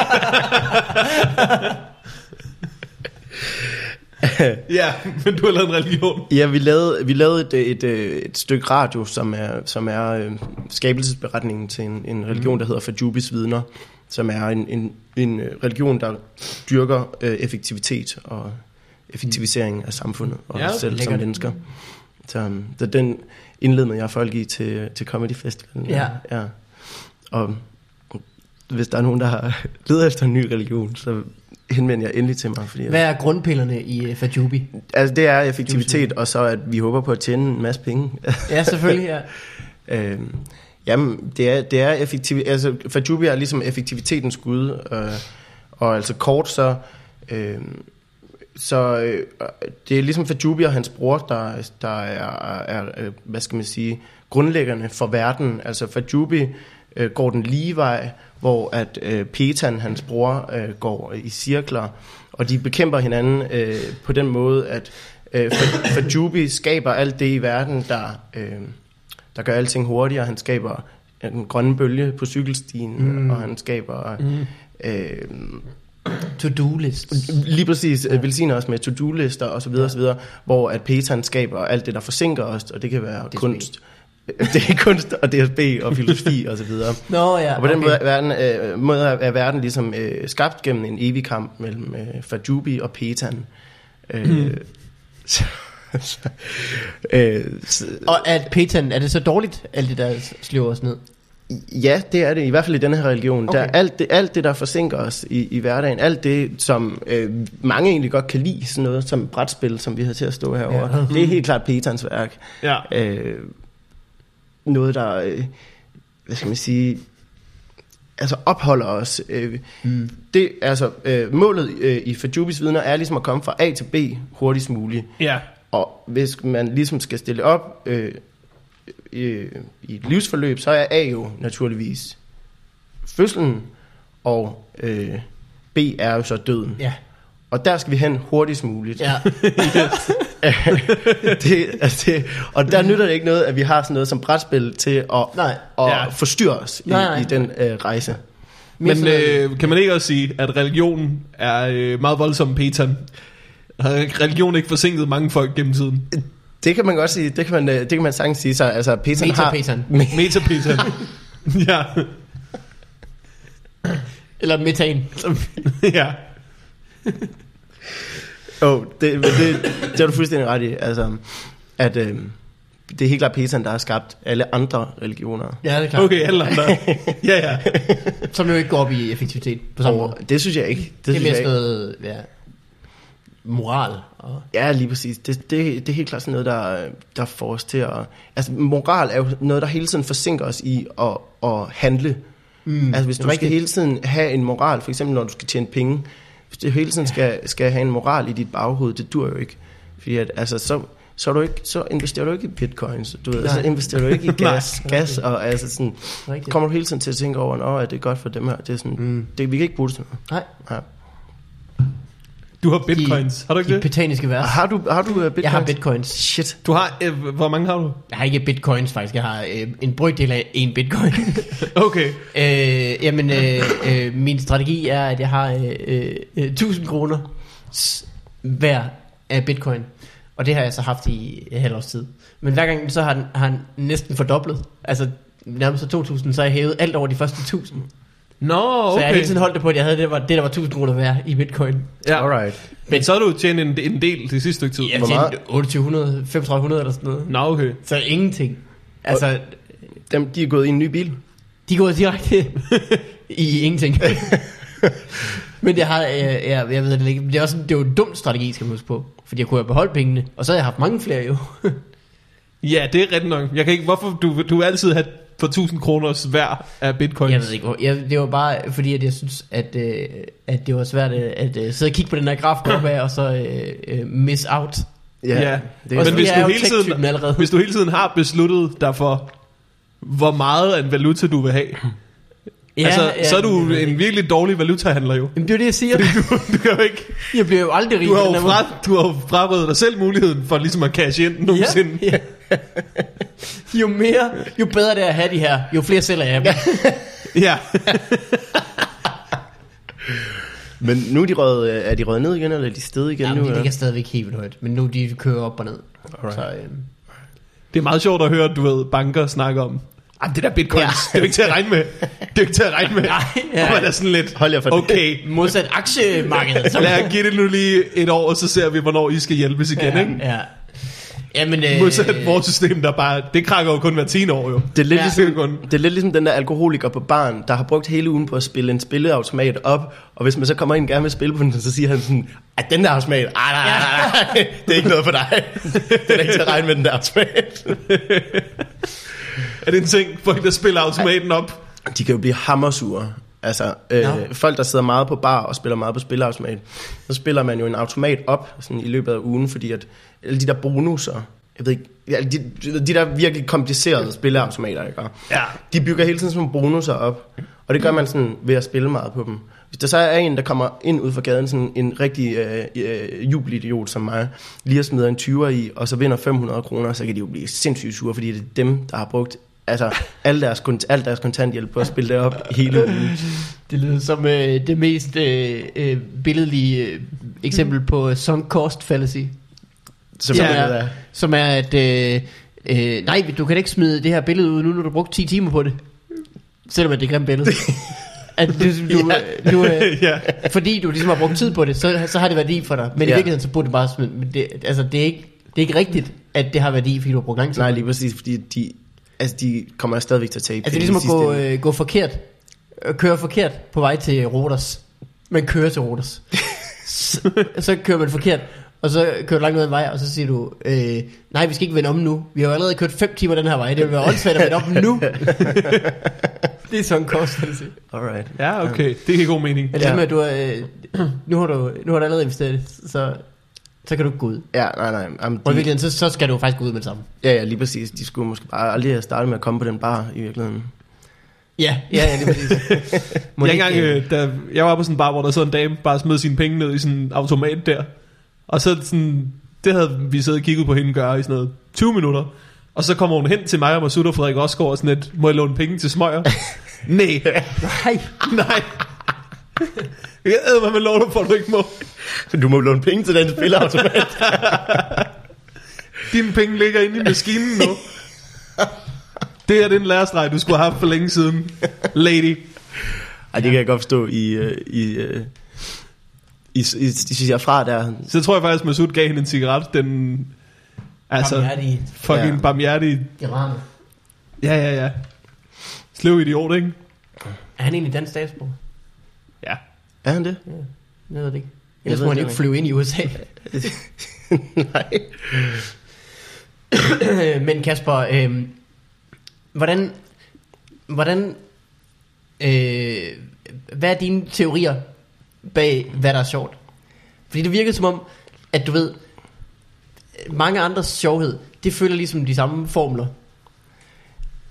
Ja, men du har lavet en religion. Ja, vi lavede, vi lavede et, et, et, et stykke radio, som er, som er øh, skabelsesberetningen til en, en religion, der hedder Fajubis vidner, som er en, en, en religion, der dyrker øh, effektivitet og effektivisering af samfundet og Ja, os selv som lækkert. mennesker. Så, så den indledede jeg folk i til, til Comedy Festivalen. Ja. ja. Og hvis der er nogen, der har leder efter en ny religion, så henvender jeg endelig til mig. Fordi Hvad er grundpillerne i uh, Fajubi? altså, det er effektivitet, og så at vi håber på at tjene en masse penge. Ja, selvfølgelig, ja. øhm, jamen, det er, det er effektivitet. Altså, Fajubi er ligesom effektivitetens gud, øh, og altså kort så... Øh, så øh, det er ligesom Fajubi og hans bror, der, der er, er, er, hvad skal man sige, grundlæggerne for verden. Altså Fajubi øh, går den lige vej, hvor at øh, Petan, hans bror, øh, går i cirkler, og de bekæmper hinanden øh, på den måde, at øh, Fajubi skaber alt det i verden, der, øh, der gør alting hurtigere. Han skaber en grønne bølge på cykelstien, mm. og han skaber... Mm. Øh, To-do list. Lige præcis, ja. Velsigner os med to-do-lister og så videre, ja. og så videre, hvor at Petan skaber alt det, der forsinker os, og det kan være D S B. kunst. Det er kunst og D S B og filosofi og så videre. Nå ja, Og på den okay. måde er verden, øh, måde er verden ligesom øh, skabt gennem en evig kamp mellem øh, Fajubi og Petan. Øh, Mm. så, så, øh, så, Og at Petan, er det så dårligt, alt det der slår os ned? ja, det er det, i hvert fald i denne her religion. Okay. Der er alt det, alt det, der forsinker os i, i hverdagen, alt det, som øh, mange egentlig godt kan lide, sådan noget som brætspil, som vi har til at stå herovre. Ja. Ja. Det er helt klart Petans værk. Ja. Øh, noget, der, øh, hvad skal man sige, altså opholder os. Øh, mm. Det, altså, øh, målet øh, i Fajubis vidner er ligesom at komme fra A til B hurtigst muligt. Ja. Og hvis man ligesom skal stille op øh, øh, i et livsforløb, så er A jo naturligvis fødslen, og øh, B er jo så døden. Ja. Og der skal vi hen hurtigst muligt. Ja. det, altså det, og der nytter det ikke noget, at vi har sådan noget som brætspil til at, Nej. at Ja. forstyrre os i, Nej, nej. i den øh, rejse. Men sådan noget- øh, kan man ikke også sige, at religionen er øh, meget voldsom Petan? Har religion ikke forsinket mange folk gennem tiden? Det kan man godt sige. Det kan man, øh, det kan man sagtens sige. Så, altså, Petan har, Meta-Petan. Meta-Petan. Ja. Eller metan. Ja. Oh, det, men det, det er du fuldstændig ret i. Altså, at øh, det er helt klart Petan, der har skabt alle andre religioner. Ja, det er klart. Okay, alle andre. Ja, ja. Som jo ikke går op i effektivitet på samme måde. Og det synes jeg ikke. Det, Det er synes mere jeg sådan ikke. noget, ja, moral. Og... Ja, lige præcis. Det, det, det er helt klart sådan noget, der, der får os til at... Altså, moral er jo noget, der hele tiden forsinker os i at, at handle. Mm, Altså, hvis du skal rigtigt. hele tiden have en moral, for eksempel når du skal tjene penge, hvis du hele tiden skal, skal have en moral i dit baghoved, det dur jo ikke. Fordi at, altså, så, så, er du ikke, så investerer du ikke i bitcoins, du ved, så investerer du ikke i gas, gas og altså sådan, Rigtigt. kommer du hele tiden til at tænke over, at det er godt for dem her, det er sådan, Mm. det, vi kan ikke bruge det til noget. Nej. Ja. Du har bitcoins, de, har du ikke de det? botaniske vers. Har du, har du uh, bitcoins? Jeg har bitcoins. Shit. Du har, øh, hvor mange har du? Jeg har ikke bitcoins faktisk. Jeg har øh, en brøkdel af en bitcoin. Okay. øh, jamen, øh, øh, min strategi er, at jeg har øh, øh, tusind kroner hver af bitcoin. Og det har jeg så haft i et halvt års tid. Men hver gang så har den, har den næsten fordoblet. Altså nærmest to tusind, så har jeg hævet alt over de første tusind. Nå, okay. Så jeg har hele tiden holdt det på, at jeg havde det, var, det der var tusind kroner værd i bitcoin. Ja. Alright. Men så har du tjent en, en del det sidste stykke tid. Jeg Hvor tjente meget? otteogtyve hundrede, femogtredive hundrede eller sådan noget. Nå, okay. Så ingenting. Altså, Dem, de er gået i en ny bil. de går direkte i ingenting. Men det har, jeg, jeg, jeg ved det ikke. Det er også det er jo en dum strategi, skal man huske på. Fordi jeg kunne have beholdt pengene, og så har jeg haft mange flere jo. Ja, det er rigtigt nok. Jeg kan ikke, hvorfor du, du altid have for tusind kroners værd af bitcoins? Jeg ved ikke hvor. Jeg, det var bare fordi, at jeg synes, at, øh, at det var svært øh, at øh, sidde og kigge på den her graf gå opad, og så øh, øh, miss out. Ja, det Også men fordi hvis jeg du, er jo hele tiden, tech-typen allerede. hvis du hele tiden har besluttet dig for, hvor meget af en valuta du vil have, ja, altså, ja, så er du men- en virkelig dårlig valutahandler jo. Jamen det er jo det, jeg siger. Fordi du, du kan jo ikke, Jeg bliver jo aldrig rig. du har på jo, den her måde. fra, du har jo frarøvet dig selv muligheden for ligesom at cash ind nogensinde. Ja, ja. Jo mere, jo bedre det er at have de her, jo flere sælger jeg dem. Ja. Men nu er de røget, øh, er de røget ned igen, eller er de steget igen Ja, nu? de eller? ligger stadigvæk helt vildt højt, men nu de kører op og ned. Alright. Så, øhm, Det er meget sjovt at høre, du ved, banker snakke om, ah, det der bitcoins, Ja. det er jo ikke til at regne med. Det er jo ikke til at regne med. Nej, ja. Og man er sådan lidt, Hold jer for det. okay, modsat aktiemarkedet. som- lad os give det nu lige et år, og så ser vi, hvornår I skal hjælpes igen, ja, ikke? ja. Jamen, øh, Modsat vores system, der bare, det krakker jo kun hver tiende år jo. Det er, lidt Ja. ligesom, Kun. det er lidt ligesom den der alkoholiker på baren, der har brugt hele ugen på at spille en spilleautomat op, og hvis man så kommer ind og gerne vil spille på den, så siger han sådan, at den der automat, ah, nej, nej, nej, nej, det er ikke noget for dig. Det er ikke til at regne med den der automat. Er det en ting, folk der spiller automaten op? De kan jo blive hammersure. Altså, øh, Nå. folk der sidder meget på bar og spiller meget på spilleautomat, så spiller man jo en automat op sådan i løbet af ugen, fordi at alle de der bonusser, jeg ved ikke, ja, de, de der virkelig komplicerede spilleautomater, ikke? Ja. De bygger hele tiden sådan nogle bonusser op, og det gør man sådan ved at spille meget på dem. Hvis der så er en, der kommer ind ud fra gaden, sådan en rigtig øh, øh, jubelidiot som mig, lige og smider en tyver i, og så vinder fem hundrede kroner, så kan de jo blive sindssygt sure, fordi det er dem, der har brugt altså al deres, al deres kontanthjælp på at spille det op hele ugen. det lyder som øh, det mest øh, øh, billedlige øh, eksempel på sunk cost fallacy. Så Som ja, er, er, som er at øh, øh, nej, du kan ikke smide det her billede ud nu, når du har brugt ti timer på det. Selvom at det er et grimt billede. At du, du, Ja. du, øh, Ja. fordi du ligesom har brugt tid på det, så, så har det værdi for dig. Men ja. Ja. i virkeligheden så burde det bare smide. Men det, altså, det, er ikke, det er ikke rigtigt, at det har værdi, fordi du har brugt lang tid. nej, lige præcis, fordi de, altså, de kommer stadigvæk til at tabe. Altså det er ligesom at gå, øh, gå forkert, øh, køre forkert på vej til Roters. Man kører til Roters. så, så kører man forkert, og så kører du langt ud af en vej, og så siger du, øh, nej, vi skal ikke vende om nu. Vi har jo allerede kørt fem timer den her vej. Det vil være åndssvagt at vende om nu. Det er sådan en kost. Alright. Ja, okay. Det giver god mening. Men det er med, at du har, øh, nu har du, nu har du allerede investeret, så, så kan du ikke gå ud. Ja, nej, nej. Jamen, Og i de, virkeligheden, så, så skal du faktisk gå ud med det samme. ja, ja, lige præcis. De skulle måske bare aldrig have startet med at komme på den bar i virkeligheden. Ja, ja, ja, lige præcis. Må Jeg, det engang, ikke, øh, da jeg var på sådan en bar, hvor der sad en dame, bare smed sine penge ned i sådan en automat der. Og så sådan, det havde vi siddet og kigget på hende gøre i sådan noget tyve minutter. Og så kommer hun hen til mig og Masud og Frederik Osgaard og sådan lidt, må jeg låne penge til smøger? Nej, Nej. nej. Jeg ved, hvad man låner for, du ikke må. Du må låne penge til den spilleautomat. Dine penge ligger inde i maskinen nu. Det er den lærestreg, du skulle have haft for længe siden, lady. Ej, det kan jeg godt forstå i... Uh, i uh, I, I, I siger fra der. Så tror jeg faktisk, at Masud gav hende en cigaret. Den, altså, Barmhjertige fucking Ja. barmhjertige. iraner. Ja, ja, ja. Sløv idiot, ikke? Er han egentlig dansk statsborger? Ja. Er han det? Ja, jeg ved det ikke. Jeg Ellers ved må han det ikke ikke. flyve ind i U S A. Nej. Men Kasper, øh, hvordan, hvordan, øh, hvad er dine teorier bag, hvad der er sjovt? Fordi det virker som om, at du ved, mange andres sjovhed, det følger ligesom de samme formler.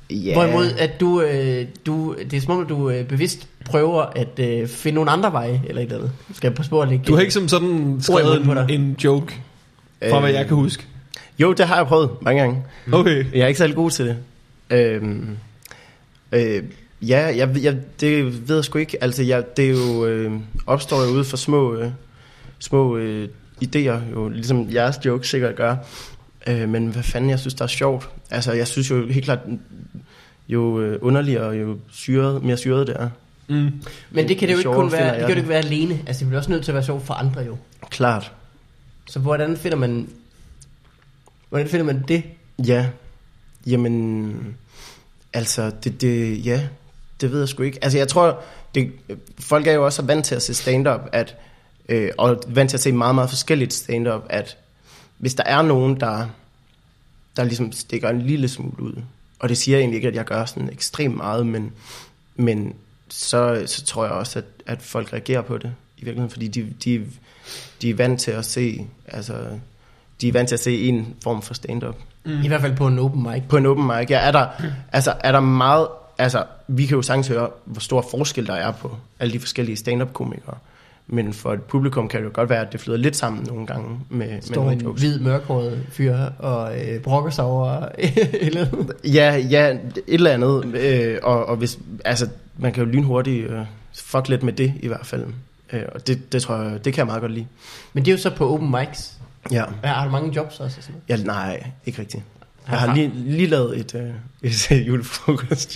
Ja. Hvorimod at du, øh, du, det er som om, at du øh, bevidst prøver at øh, finde nogle andre veje, eller et eller andet. Skal jeg på spor at lægge... Du har ikke som sådan skrevet en, en joke, fra øh, hvad jeg kan huske? Jo, det har jeg prøvet mange gange. Okay. Jeg er ikke særlig god til det. Øhm, øh, ja, jeg, jeg, det ved jeg sgu ikke. Altså, jeg, det er jo, øh, opstår jo ude for små, øh, små øh, idéer, jo, ligesom jeres joke sikkert gør. Øh, men hvad fanden, jeg synes, der er sjovt. Altså, jeg synes jo helt klart, jo øh, underligere, jo syret, mere syret det er. Mm. Men det kan det jo ikke kun være, det kan jo ikke være alene. Altså, det bliver også nødt til at være sjovt for andre jo. Klart. Så hvordan finder man, hvordan finder man det? Ja, jamen, altså, det, det, ja, det ved jeg sgu ikke. Altså, jeg tror, det, folk er jo også vant til at se stand-up, at, øh, og vant til at se meget, meget forskelligt stand-up, at hvis der er nogen, der, der ligesom stikker en lille smule ud, og det siger jeg egentlig ikke, at jeg gør sådan ekstremt meget, men, men så, så tror jeg også, at, at folk reagerer på det, i virkeligheden, fordi de, de, de er vant til at se, altså, de er vant til at se en form for stand-up. Mm. I hvert fald på en open mic. På en open mic, ja. Er der, altså, er der meget... Altså, vi kan jo sagtens høre, hvor stor forskel der er på alle de forskellige stand-up-komikere. Men for et publikum kan det jo godt være, at det flyder lidt sammen nogle gange med, står med en jokes. Hvid, mørkhåret fyr og øh, brokker sig over eller Ja, ja, et eller andet. Øh, og, og hvis... Altså, man kan jo lynhurtigt øh, fuck lidt med det, i hvert fald. Øh, og det, det tror jeg, det kan jeg meget godt lide. Men det er jo så på open mics. Ja. Har du mange jobs også? Sådan Ja, nej, ikke rigtigt. Jeg har lige, lige lavet et, øh, et julefrokost.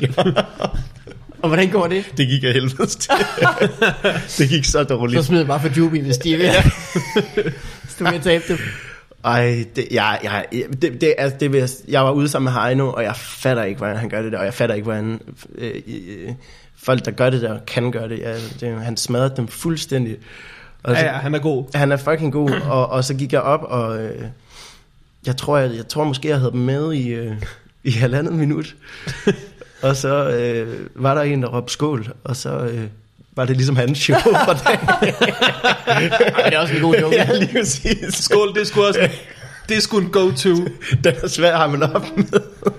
Og hvordan går det? Det gik af helvede til. Det gik så dårligt. Så smider jeg bare for Jubi, hvis de er ved at du vil tabe dem. Ej, det, jeg, jeg, det, det, altså, det vil jeg, jeg var ude sammen med Heino, og jeg fatter ikke, hvordan han gør det der, og jeg fatter ikke, hvordan øh, øh, folk, der gør det der, kan gøre det. Ja, det han smadrede dem fuldstændig. Og så, ja, ja, han er god. Han er fucking god, og, og så gik jeg op, og øh, jeg tror, jeg, jeg tror måske, jeg havde dem med i, øh, i halvandet minut. Og så øh, var der en, der råbte skål, og så øh, var det ligesom hans show for dagen. Det er også en god joke. Ja, lige præcis. Skål, det er sgu også, det er sgu en go-to. Den er svær at have man op med.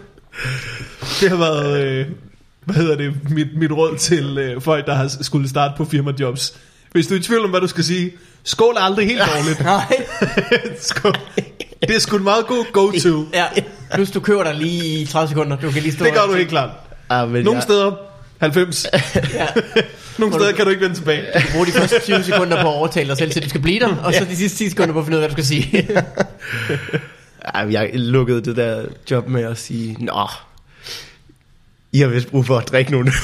Det har været, øh, hvad hedder det, mit, mit råd til øh, folk, der har skulle starte på firmajobs. Hvis du er i tvivl om, hvad du skal sige, skål er aldrig helt dårligt. Nej. Skål. Det er sgu en meget god go-to. Ja, plus du kører dig lige i tredive sekunder. Du kan lige stå. Det gør du helt klart. Ah, Nogle ja. steder halvfems. Ja. Nogle steder kan du ikke vende tilbage. Du bruger de første tyve sekunder på at overtale dig selv til, du skal blive der, og så de sidste ti sekunder på at finde ud af, hvad du skal sige. Ej, jeg lukkede det der job med at sige, nå, I har vist brug for at drikke nogle.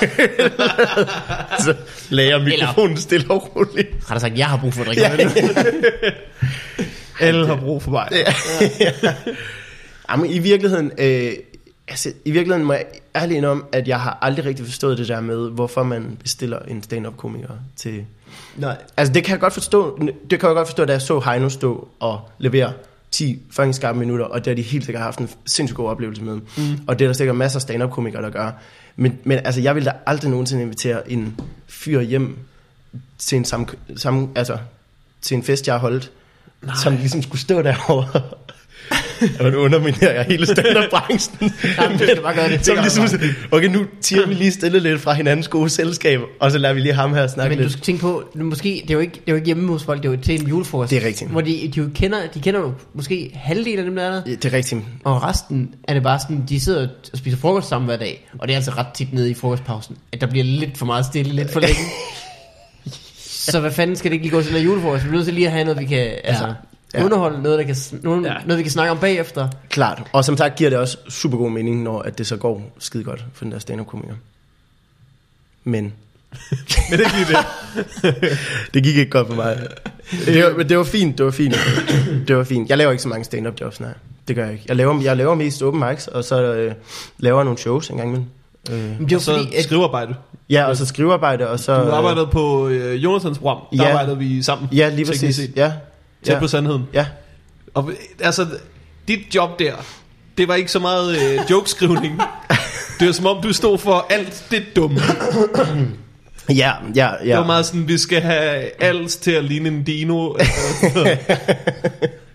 Så lagde jeg mikrofonen stille og roligt. Har du sagt, jeg har brug for at drikke Ja, noget? Alle har brug for mig. Ja, ja. Jamen, i virkeligheden, øh, altså, i virkeligheden må jeg ærlig indrømme, at jeg har aldrig rigtig forstået det der med, hvorfor man bestiller en stand-up komiker til. Nej. Altså det kan jeg godt forstå. Det kan jeg godt forstå, da jeg så Heino stå og levere ti fucking skarpe minutter, og det har de helt sikkert haft en sindssygt god oplevelse med. Mm. Og det er der sikkert masser af stand-up komikere, der gør. Men, men altså, jeg vil da aldrig nogensinde invitere en fyr hjem til en, sam, sam, altså, til en fest, jeg har holdt, nej, som ligesom skulle stå derovre. Og nu underminerer jeg hele stand-up-branchen. Jamen, det skal du bare gøre det. Som ligesom, okay, nu tiger vi lige stille lidt fra hinandens gode selskab, og så lader vi lige ham her snakke men lidt. du skal tænke på, nu måske, det er jo ikke, det er jo ikke hjemme hos folk, det er jo til en julefrokost. Det er rigtigt. Hvor de, de, jo kender, de kender jo måske halvdelen af dem, der er der. Ja, det er rigtigt. Og resten er det bare sådan, de sidder og spiser frokost sammen hver dag. Og det er altså ret tit nede i frokostpausen, at der bliver lidt for meget stille, lidt for længe. Så hvad fanden skal det ikke lige gå til noget julefrokost? Vi bliver nødt til lige at have noget, vi kan altså, ja. underholde, noget, der kan, noget, ja. noget, vi kan snakke om bagefter. Klart. Og som sagt giver det også super god mening, når at det så går skide godt for den der stand-up-komiker. Men... Men det gik det. Det gik ikke godt for mig. Det var, men det var fint, det var fint. Det var fint. Jeg laver ikke så mange stand-up jobs, nej. Det gør jeg ikke. Jeg laver, jeg laver mest open mics, og så øh, laver jeg nogle shows en gang imellem. Øh. Men det er og så fordi, at... skrivearbejde. Ja, og så skrivearbejde, og så... Du arbejdede på øh, Jonathans program. Der ja. arbejdede vi sammen. Ja, lige præcis. Ja. Tæt ja. på sandheden. Ja. Og altså, dit job der, det var ikke så meget øh, jokeskrivning. Det var som om, du stod for alt det dumme. Ja, ja, ja. Det var meget sådan, vi skal have alt til at ligne en dino.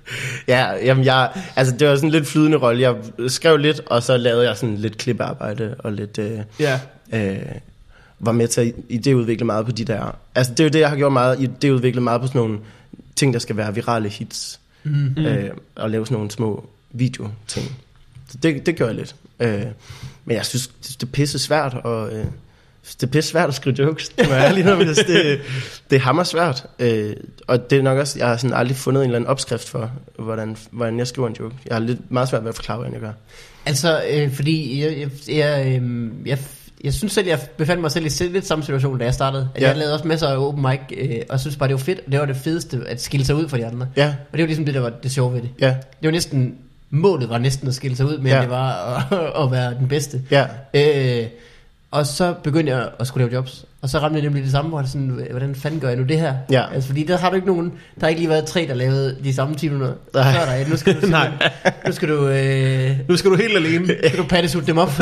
Ja, jamen jeg, altså det var sådan lidt flydende rolle. Jeg skrev lidt, og så lavede jeg sådan lidt klippearbejde og lidt, øh, Ja. øh, var med til at idéudvikle meget på de der. Altså det er jo det, jeg har gjort meget, idéudvikle meget på sådan nogle ting, der skal være virale hits. Mm. Øh, og lave sådan nogle små video-ting. Så det, det gør jeg lidt. Øh, men jeg synes, det er pisse svært, og øh, det er pisse svært at skrive jokes. Det, det, det er hammer svært. Øh, og det er nok også, jeg har sådan aldrig fundet en eller anden opskrift for, hvordan, hvordan jeg skriver en joke. Jeg har lidt meget svært ved at forklare, hvordan jeg gør. Altså, øh, fordi jeg, jeg, jeg, øh, jeg, jeg synes selv, jeg befandt mig selv i lidt samme situation, da jeg startede. At Ja. Jeg lavede også masser af open mic, øh, og synes bare, det var fedt. Det var det fedeste, at skille sig ud fra de andre. Ja, Og det var ligesom det, der var det sjove ved det. ja, Det var næsten, målet var næsten at skille sig ud, men Ja. det var at, at være den bedste. ja. Øh, og så begyndte jeg at skulle lave jobs. Og så ramte jeg nemlig det samme, hvor det sådan, hvordan fanden gør jeg nu det her? Ja. Altså, fordi der har du ikke nogen, der har ikke lige været tre, der lavede de samme ti minutter Nej. før dig. Nu skal du, Nej. nu skal du, øh, Nu skal du helt alene. skal du pattesut dem op.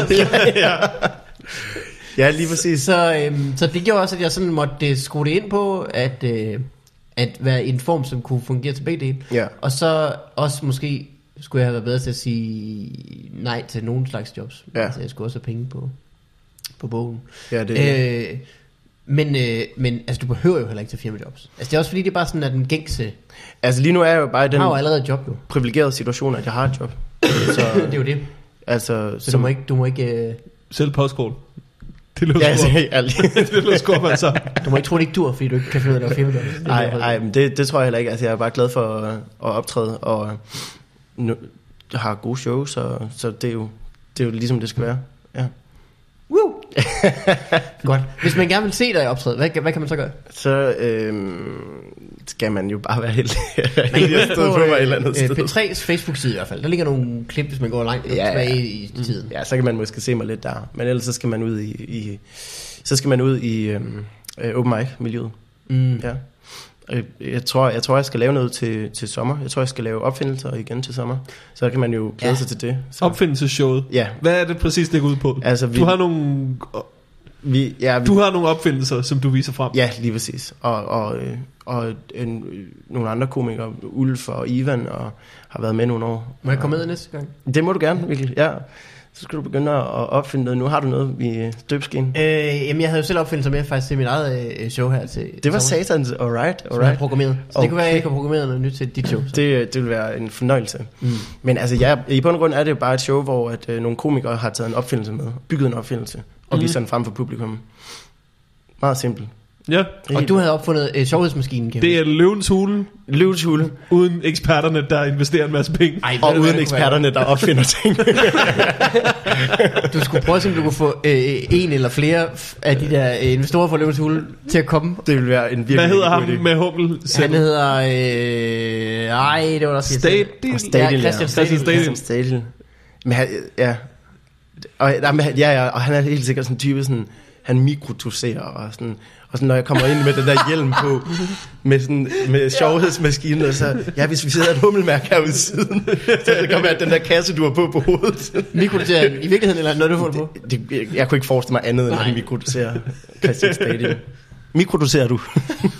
Ja, lige præcis. Så, øhm, så det gjorde også, at jeg sådan måtte øh, skrue det ind på, at, øh, at være i en form, som kunne fungere til begge dele. Ja. Og så også måske skulle jeg have været bedre til at sige nej til nogen slags jobs. Ja. Altså jeg skulle også have penge på, på bogen. Ja, det, Øh, men, øh, men altså, du behøver jo heller ikke til firmajobs. Altså det er også fordi, det er bare sådan, at den gængse altså lige nu er jeg jo bare i den har jo den allerede et job jo. privilegerede situation, at jeg har et job. Så, Det er jo det. altså, Så du må ikke, du må ikke, øh, Selv postkort. Det lød Ja, altså, skor. ærligt. Det lød skor, man så. du må ikke tro, det ikke dur, fordi du ikke kan finde ud af at lave firmajobs. Det er Nej, derfor. nej, men det, det tror jeg heller ikke. Altså, jeg er bare glad for at, at optræde, og nu, jeg har gode shows, og, så det er, jo, det er jo ligesom det skal være. Ja. Woo! Godt. Hvis man gerne vil se dig optræde, hvad, hvad kan man så gøre? Så øhm, skal man jo bare være heldig, heldig at stå på mig et eller andet sted. P tre's Facebook-side i hvert fald. Der ligger nogle klip, hvis man går langt Ja, ja. tilbage i tiden. Ja, så kan man måske se mig lidt der. Men ellers så skal man ud i, i så skal man ud i øhm, øh, open mic-miljøet. Mm. Ja. Og Jeg tror, jeg tror, jeg skal lave noget til, til sommer. Jeg tror, jeg skal lave opfindelser igen til sommer. Så kan man jo glæde Ja. sig til det. Så. Opfindelsesshowet. Ja. Hvad er det præcis, det går ud på? Altså, vi, Du har nogle, vi, ja, vi, du har nogle opfindelser, som du viser frem. Ja, lige præcis. Og, og, øh, og en, øh, nogle andre komikere, Ulf og Ivan, og har været med nogle år. Må jeg komme med næste gang? Det må du gerne, virkelig. Ja. Så skal du begynde at opfinde noget. Nu har du noget i støbeskeen. Øh, jamen, jeg havde jo selv opfindelser med faktisk til mit eget øh, show her til Det var sommer, satans, alright, som jeg har alright. programmeret. Så okay. det kunne være, at jeg ikke har programmeret noget nyt til dit show. Så. Det, det vil være en fornøjelse. Mm. Men altså, ja, i bund og grund er det jo bare et show, hvor at, øh, nogle komikere har taget en opfindelse med, bygget en opfindelse, og Mm. viser den frem for publikum. Meget simpelt. Ja. Og du havde opfundet øh, sjovhedsmaskinen, kan Det er løvens hule, Løvens hule, uden eksperterne, der investerer en masse penge. Ej, og ved du hvad, uden det kunne være eksperterne, der opfinder ting. godt. Du skulle prøve at se, om du kunne få øh, en eller flere f- af de der øh, investorer fra Løvens Hule til at komme. Det vil være en virkelig Hvad hedder god ham idé. med hummel? Han hedder... Øh, ej, det var også... Stadil. Ja, Stadil, ja. Christian Christian Stadil. Stadil. Christian Stadil. Men han, ja. Og, nej, men han- ja, ja, og han er helt sikkert sådan en type, sådan, han mikrodoserer, og sådan, og sådan, når jeg kommer ind med den der hjelm på, med, sådan, med sjovhedsmaskinen, og så, ja, hvis vi sidder et hummelmærke her ved siden, så det kan være, at den der kasse, du har på på hovedet. Mikrodoserer i virkeligheden, eller noget, du får det på? Det, jeg, jeg kunne ikke forestille mig andet, end at Nej. han mikrodoserer Christian Stadil. Mikrodoserer du?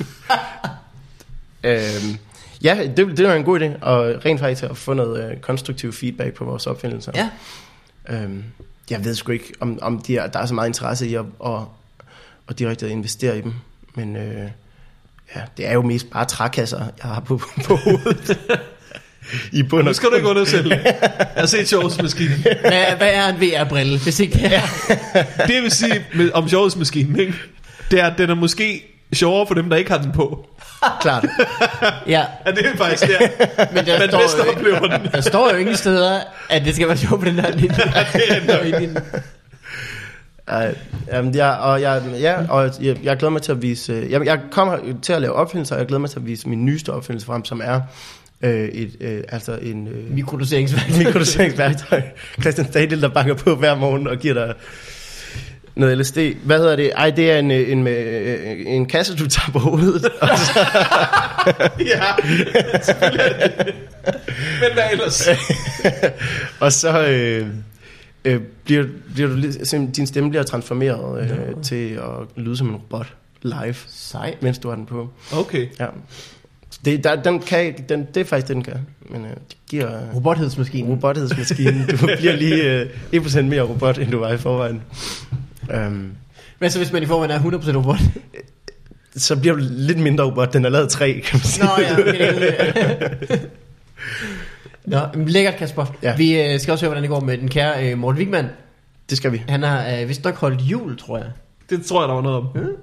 øhm, ja, det, det var en god idé, og rent faktisk at få noget øh, konstruktiv feedback på vores opfindelser. Ja. Øhm, jeg ved sgu ikke, om, om de er, der er så meget interesse i at, at, at direkte at investere i dem. Men øh, ja, det er jo mest bare trækasser, jeg har på, på hovedet. I bund Nu og skal du ikke undersælge. Jeg har set sjovhedsmaskinen. Hvad, hvad er en V R-brille, hvis ikke det er? Det vil sige med, om sjovhedsmaskinen, ikke? Det er, at den er måske sjovere for dem, der ikke har den på. klart. Ja, Ja, det er faktisk der. men der Man står, bedst jo oplever ikke, den. der står jo ingen steder, at det skal være sjovt på den her linje. linje. Ej, jamen, jeg, og jeg, ja, og jeg, jeg glæder mig til at vise. Jeg, jeg kommer til at lave opfindelser, og jeg glæder mig til at vise min nyeste opfindelse frem, som er øh, et, øh, altså en øh, Mikrodoseringsværktøj. mikrodoseringsværktøj. Christian Stadil, der banker på hver morgen og giver dig noget L S D. Hvad hedder det? Ej, det er en, en, en, en kasse, du tager på hovedet. Og så, Ja, selvfølgelig er det. Men hvad ellers? og så øh, øh, bliver, bliver du, lig- din stemme bliver transformeret øh, til at lyde som en robot live, Sej. mens du har den på. Okay. Ja. Det, der, den kan, den, det er faktisk det, den kan. Men øh, det giver... Robothedsmaskinen. Robothedsmaskinen. Du bliver lige øh, en procent mere robot, end du var i forvejen. Um, Men så hvis man i forvejen er hundrede procent robot? Så bliver du lidt mindre robot. Den er lavet tre, kan man sige. Nå ja, okay. Nå, lækkert, Kasper. Ja. Vi øh, skal også høre, hvordan det går med den kære øh, Morten Wigman. Det skal vi. Han har øh, vist nok holdt jul, tror jeg. Det tror jeg, der var noget om. Hmm?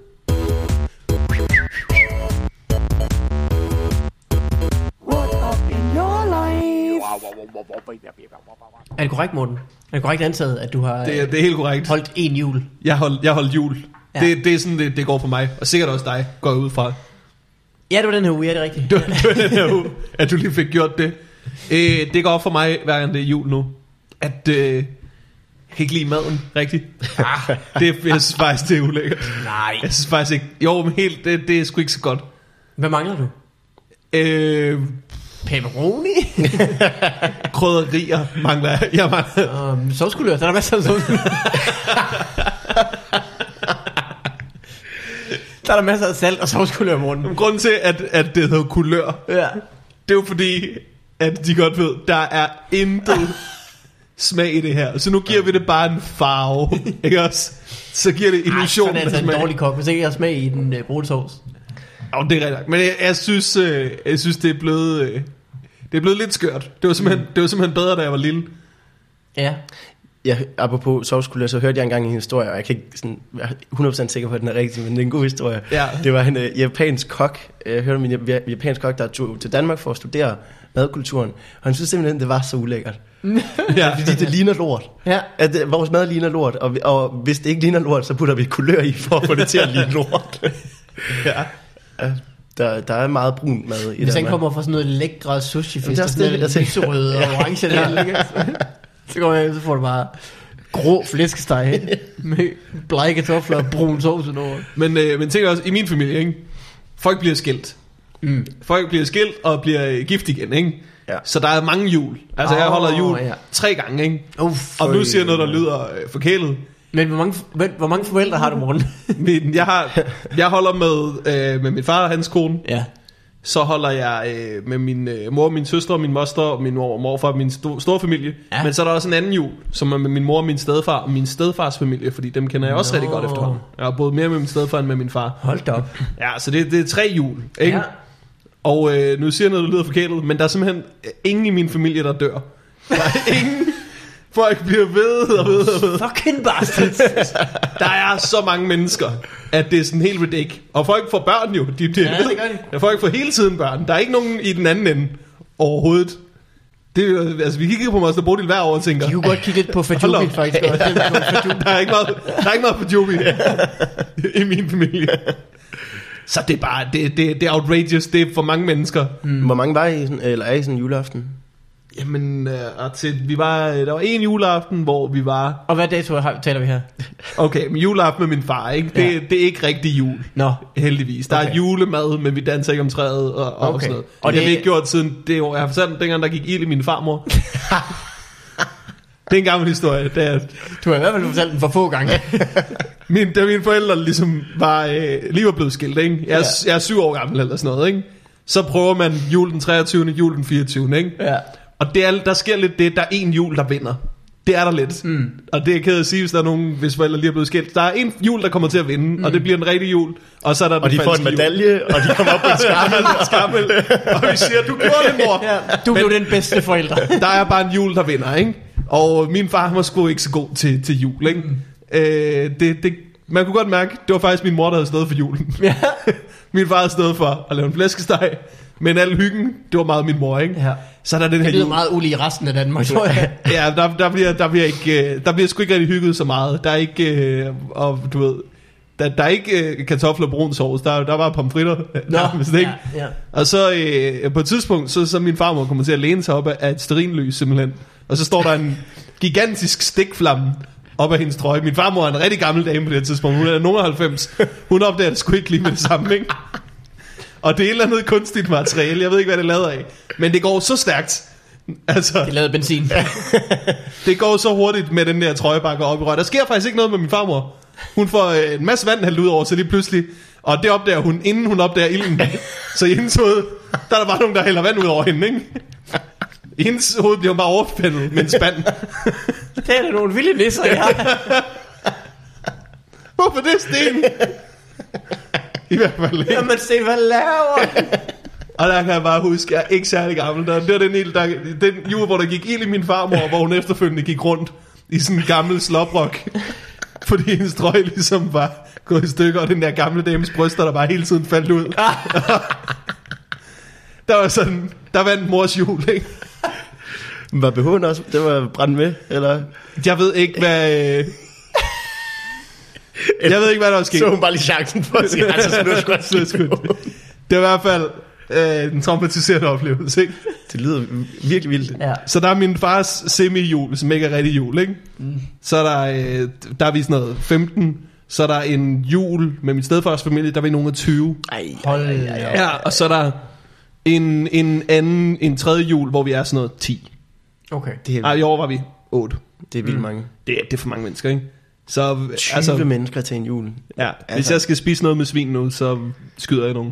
Er det korrekt, Morten? Er det korrekt antaget, at du har Det, er- det er helt korrekt. holdt en jul? Jeg holdt jeg holdt jul. Ja. Ja. Det, det er sådan, det, det går for mig. Og sikkert også dig, går jeg ud fra. Ja, det var den her uge, ja, det er rigtigt. Du, du er den her uge, at du lige fik gjort det. Øh, det går op for mig, hver gang det er jul nu, at øh, jeg kan ikke lide maden rigtigt. Ah, det, jeg synes faktisk, det er ulækkert. Nej. Jeg synes faktisk ikke. Jo, men helt, det, det er sgu ikke så godt. Hvad mangler du? Øh, Pepperoni? krydderier mangler jeg. jeg mangler. um, sovskulør, så er der masser af sovskulør. Der er der masser af salt og sovskulør, Morten. Grunden til, at, at det hedder kulør, Ja. det er jo fordi, at de godt ved, der er intet smag i det her. Så nu giver vi det bare en farve, ikke også? Så giver det Ej, illusion sådan er af altså en smag. dårlig kok, hvis ikke jeg har smag i den øh, brune sovs. Jo, det er rigtigt. Men jeg, jeg, synes, øh, jeg synes, det er blevet... Øh, det er blevet lidt skørt. Det var simpelthen, det var simpelthen bedre, da jeg var lille. Ja. Ja, apropos sovskulør, så hørte jeg engang en historie, og jeg kan ikke sådan, være hundrede procent sikker på, at den er rigtig, men det er en god historie. Ja. Det var en uh, japansk kok, jeg hørte min jap- japansk kok, der tog til Danmark for at studere madkulturen, og han synes simpelthen, det var så ulækkert. Ja. Fordi det ligner lort. Ja. At uh, vores mad ligner lort, og, og hvis det ikke ligner lort, så putter vi kulør i, for at få det til at ligne lort. Ja. Uh, der, der er meget brun mad i Hvis han Danmark. kommer fra sådan noget lækre sushi-fisk, er og sådan det, jeg noget tænker. lyserøde og orange, ja. Ikke? Så går jeg, så får du bare grå flæskesteg med blege kartofler og brun sovs over. Men, øh, men tænk også, i min familie, ikke? Folk bliver skilt. Mm. Folk bliver skilt og bliver øh, gift igen, ikke? Ja. Så der er mange jul. Altså, oh, jeg Åh, holder jul ja. tre gange, ikke? Uff, Og nu siger jeg noget, der lyder øh, forkælet. Men hvor mange, hvor, hvor mange forældre har du, Morten? Men jeg, har, jeg holder med, øh, med min far og hans kone. Ja. Så holder jeg øh, med min øh, mor, min søster, min moster og min mor og morfar og min sto- store familie. Ja. Ja. Men så er der også en anden jul, som er med min mor og min stedfar og min stedfars familie, fordi dem kender jeg også Nå. rigtig godt efterhånden. Jeg har boet mere med min stedfar end med min far. Hold da op. Ja, så det, det er tre jul, ikke? Ja. Og øh, nu siger jeg noget, der lyder forkælet, men der er simpelthen ingen i min familie, der dør. Der er ingen. Folk bliver ved og ved og ved. Fucking bastards. Der er så mange mennesker, at det er sådan helt ridiculous. Og folk får børn jo. De, de Ja, det gør de. Ja, folk får hele tiden børn. Der er ikke nogen i den anden ende overhovedet. Det er, jo- altså, vi kigger på Moster Bodil hver år og tænker, De kunne godt kigge lidt på Hold Fajubi, op. faktisk. Også. Det er på Fajubi. der er ikke noget, der er ikke noget på Joby i min familie. Så det er bare, det, det, det er outrageous. Det er for mange mennesker. Mm. Hvor mange var I, sådan, eller er I sådan en juleaften? Jamen, øh, og til, vi var, der var en juleaften, hvor vi var... Og hvad dato har- taler vi her? Okay, men juleaften med min far, ikke? Det, Ja. det er ikke rigtig jul. Nå. Heldigvis. Der Okay. er julemad, men vi danser ikke om træet og, og Okay. sådan noget. Og Og det har det- vi ikke gjort siden det år. Jeg har fortalt dengang, der gik ild i min farmor. Det er en gammel historie. Det er, Du har i hvert fald fortalt den for få gange. min, da mine forældre ligesom var, øh, lige var blevet skilt, ikke? Jeg, er, Ja. jeg er syv år gammel eller sådan noget, ikke? Så prøver man jul den treogtyvende jul den fireogtyvende, ikke? Ja. Og det er, der sker lidt det, der er en jul, der vinder. Det er der lidt. Mm. Og det er jeg ked af at sige, hvis der er nogen, hvis forældre lige er blevet skilt. Der er en jul, der kommer til at vinde, mm. og det bliver en rigtig jul. Og så er der Og den de får en falske jul. medalje, og de kommer op på en skammel. Skammel. Og vi siger, du gjorde det, mor. Ja, du blev den bedste forælder. Der er bare en jul, der vinder, ikke? Og min far var sgu ikke så god til, til jul, ikke? Mm. Øh, det, det, man kunne godt mærke, det var faktisk min mor, der havde stået for julen. Ja. Min far havde stået for at lave en flæskesteg, men al hyggen, det var meget min mor, ikke? Ja. Så er der den her Det lyder jul. meget ulig i resten af Danmark, tror jeg. Ja, der, der, bliver, der, bliver ikke, øh, der bliver sgu ikke rigtig hygget så meget. Der er ikke, øh, og du ved, der, der er ikke øh, kartofler og brun sovs, der, der var pomfritter. nærmest, ikke? Ja, ja. Og så øh, på et tidspunkt, så, så min farmor kommer til at læne sig op af, af et stearinlys simpelthen. Og så står der en gigantisk stikflamme op af hendes trøje. Min farmor er en rigtig gammel dame på det tidspunkt. Hun er nogen af halvfems. Hun opdager det sgu ikke lige med det samme, ikke? Og det er et eller andet kunstigt materiale. Jeg ved ikke, hvad det er lavet af. Men det går så stærkt. Altså, Det lavede benzin. det går så hurtigt med den der trøjebakker op i røg. Der sker faktisk ikke noget med min farmor. Hun får øh, en masse vand hældt ud over, så lige pludselig... Og det opdager hun, inden hun opdager ilden. Så i hendes hoved, der er der bare nogen, der hælder vand ud over hende, ikke? I hendes hoved bliver hun bare overfældet med en spand. Det er da nogle vilde nisser, jeg har. Hvorfor det, Sten? I hvert fald ikke. Jamen, Sten, hvad laver du? Og der kan jeg bare huske, jeg er ikke særlig gammel. Der, det var den, ild, der, den jul, hvor der gik ild i min farmor, hvor hun efterfølgende gik rundt i sådan en gammel sloprok. Fordi hendes trøje ligesom var gået i stykker, og den der gamle dames bryster, der bare hele tiden faldt ud. Der var sådan, der vandt mors jul, ikke? Var B H'en også, det var brændt med, eller? Jeg ved ikke, hvad... Øh... Jeg ved ikke, hvad der var sket. Så hun bare lige chancen for at sige, altså, så nu skulle jeg det var i hvert fald øh, en traumatiserende oplevelse, ikke? Det lyder virkelig vildt. Ja. Så der er min fars semi-jul, som ikke er rigtig jul, ikke? Mm. Så er der, øh, der er vi sådan noget femten. Så er der en jul med min stedfars familie, der er vi nogen af tyve. Ej, Hold ej, ej, ej. Ja, og så er der en, en anden, en tredje jul, hvor vi er sådan noget ti. Okay. Det er, Ej, i år var vi otte. det er vildt mange. Det er, det er for mange mennesker, ikke? Så tyve altså, mennesker til en jul. ja, hvis Altså. jeg skal spise noget med svin nu, så skyder jeg nogen.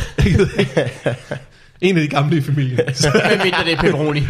En af de gamle i familien. Hvad mindre det er pepperoni?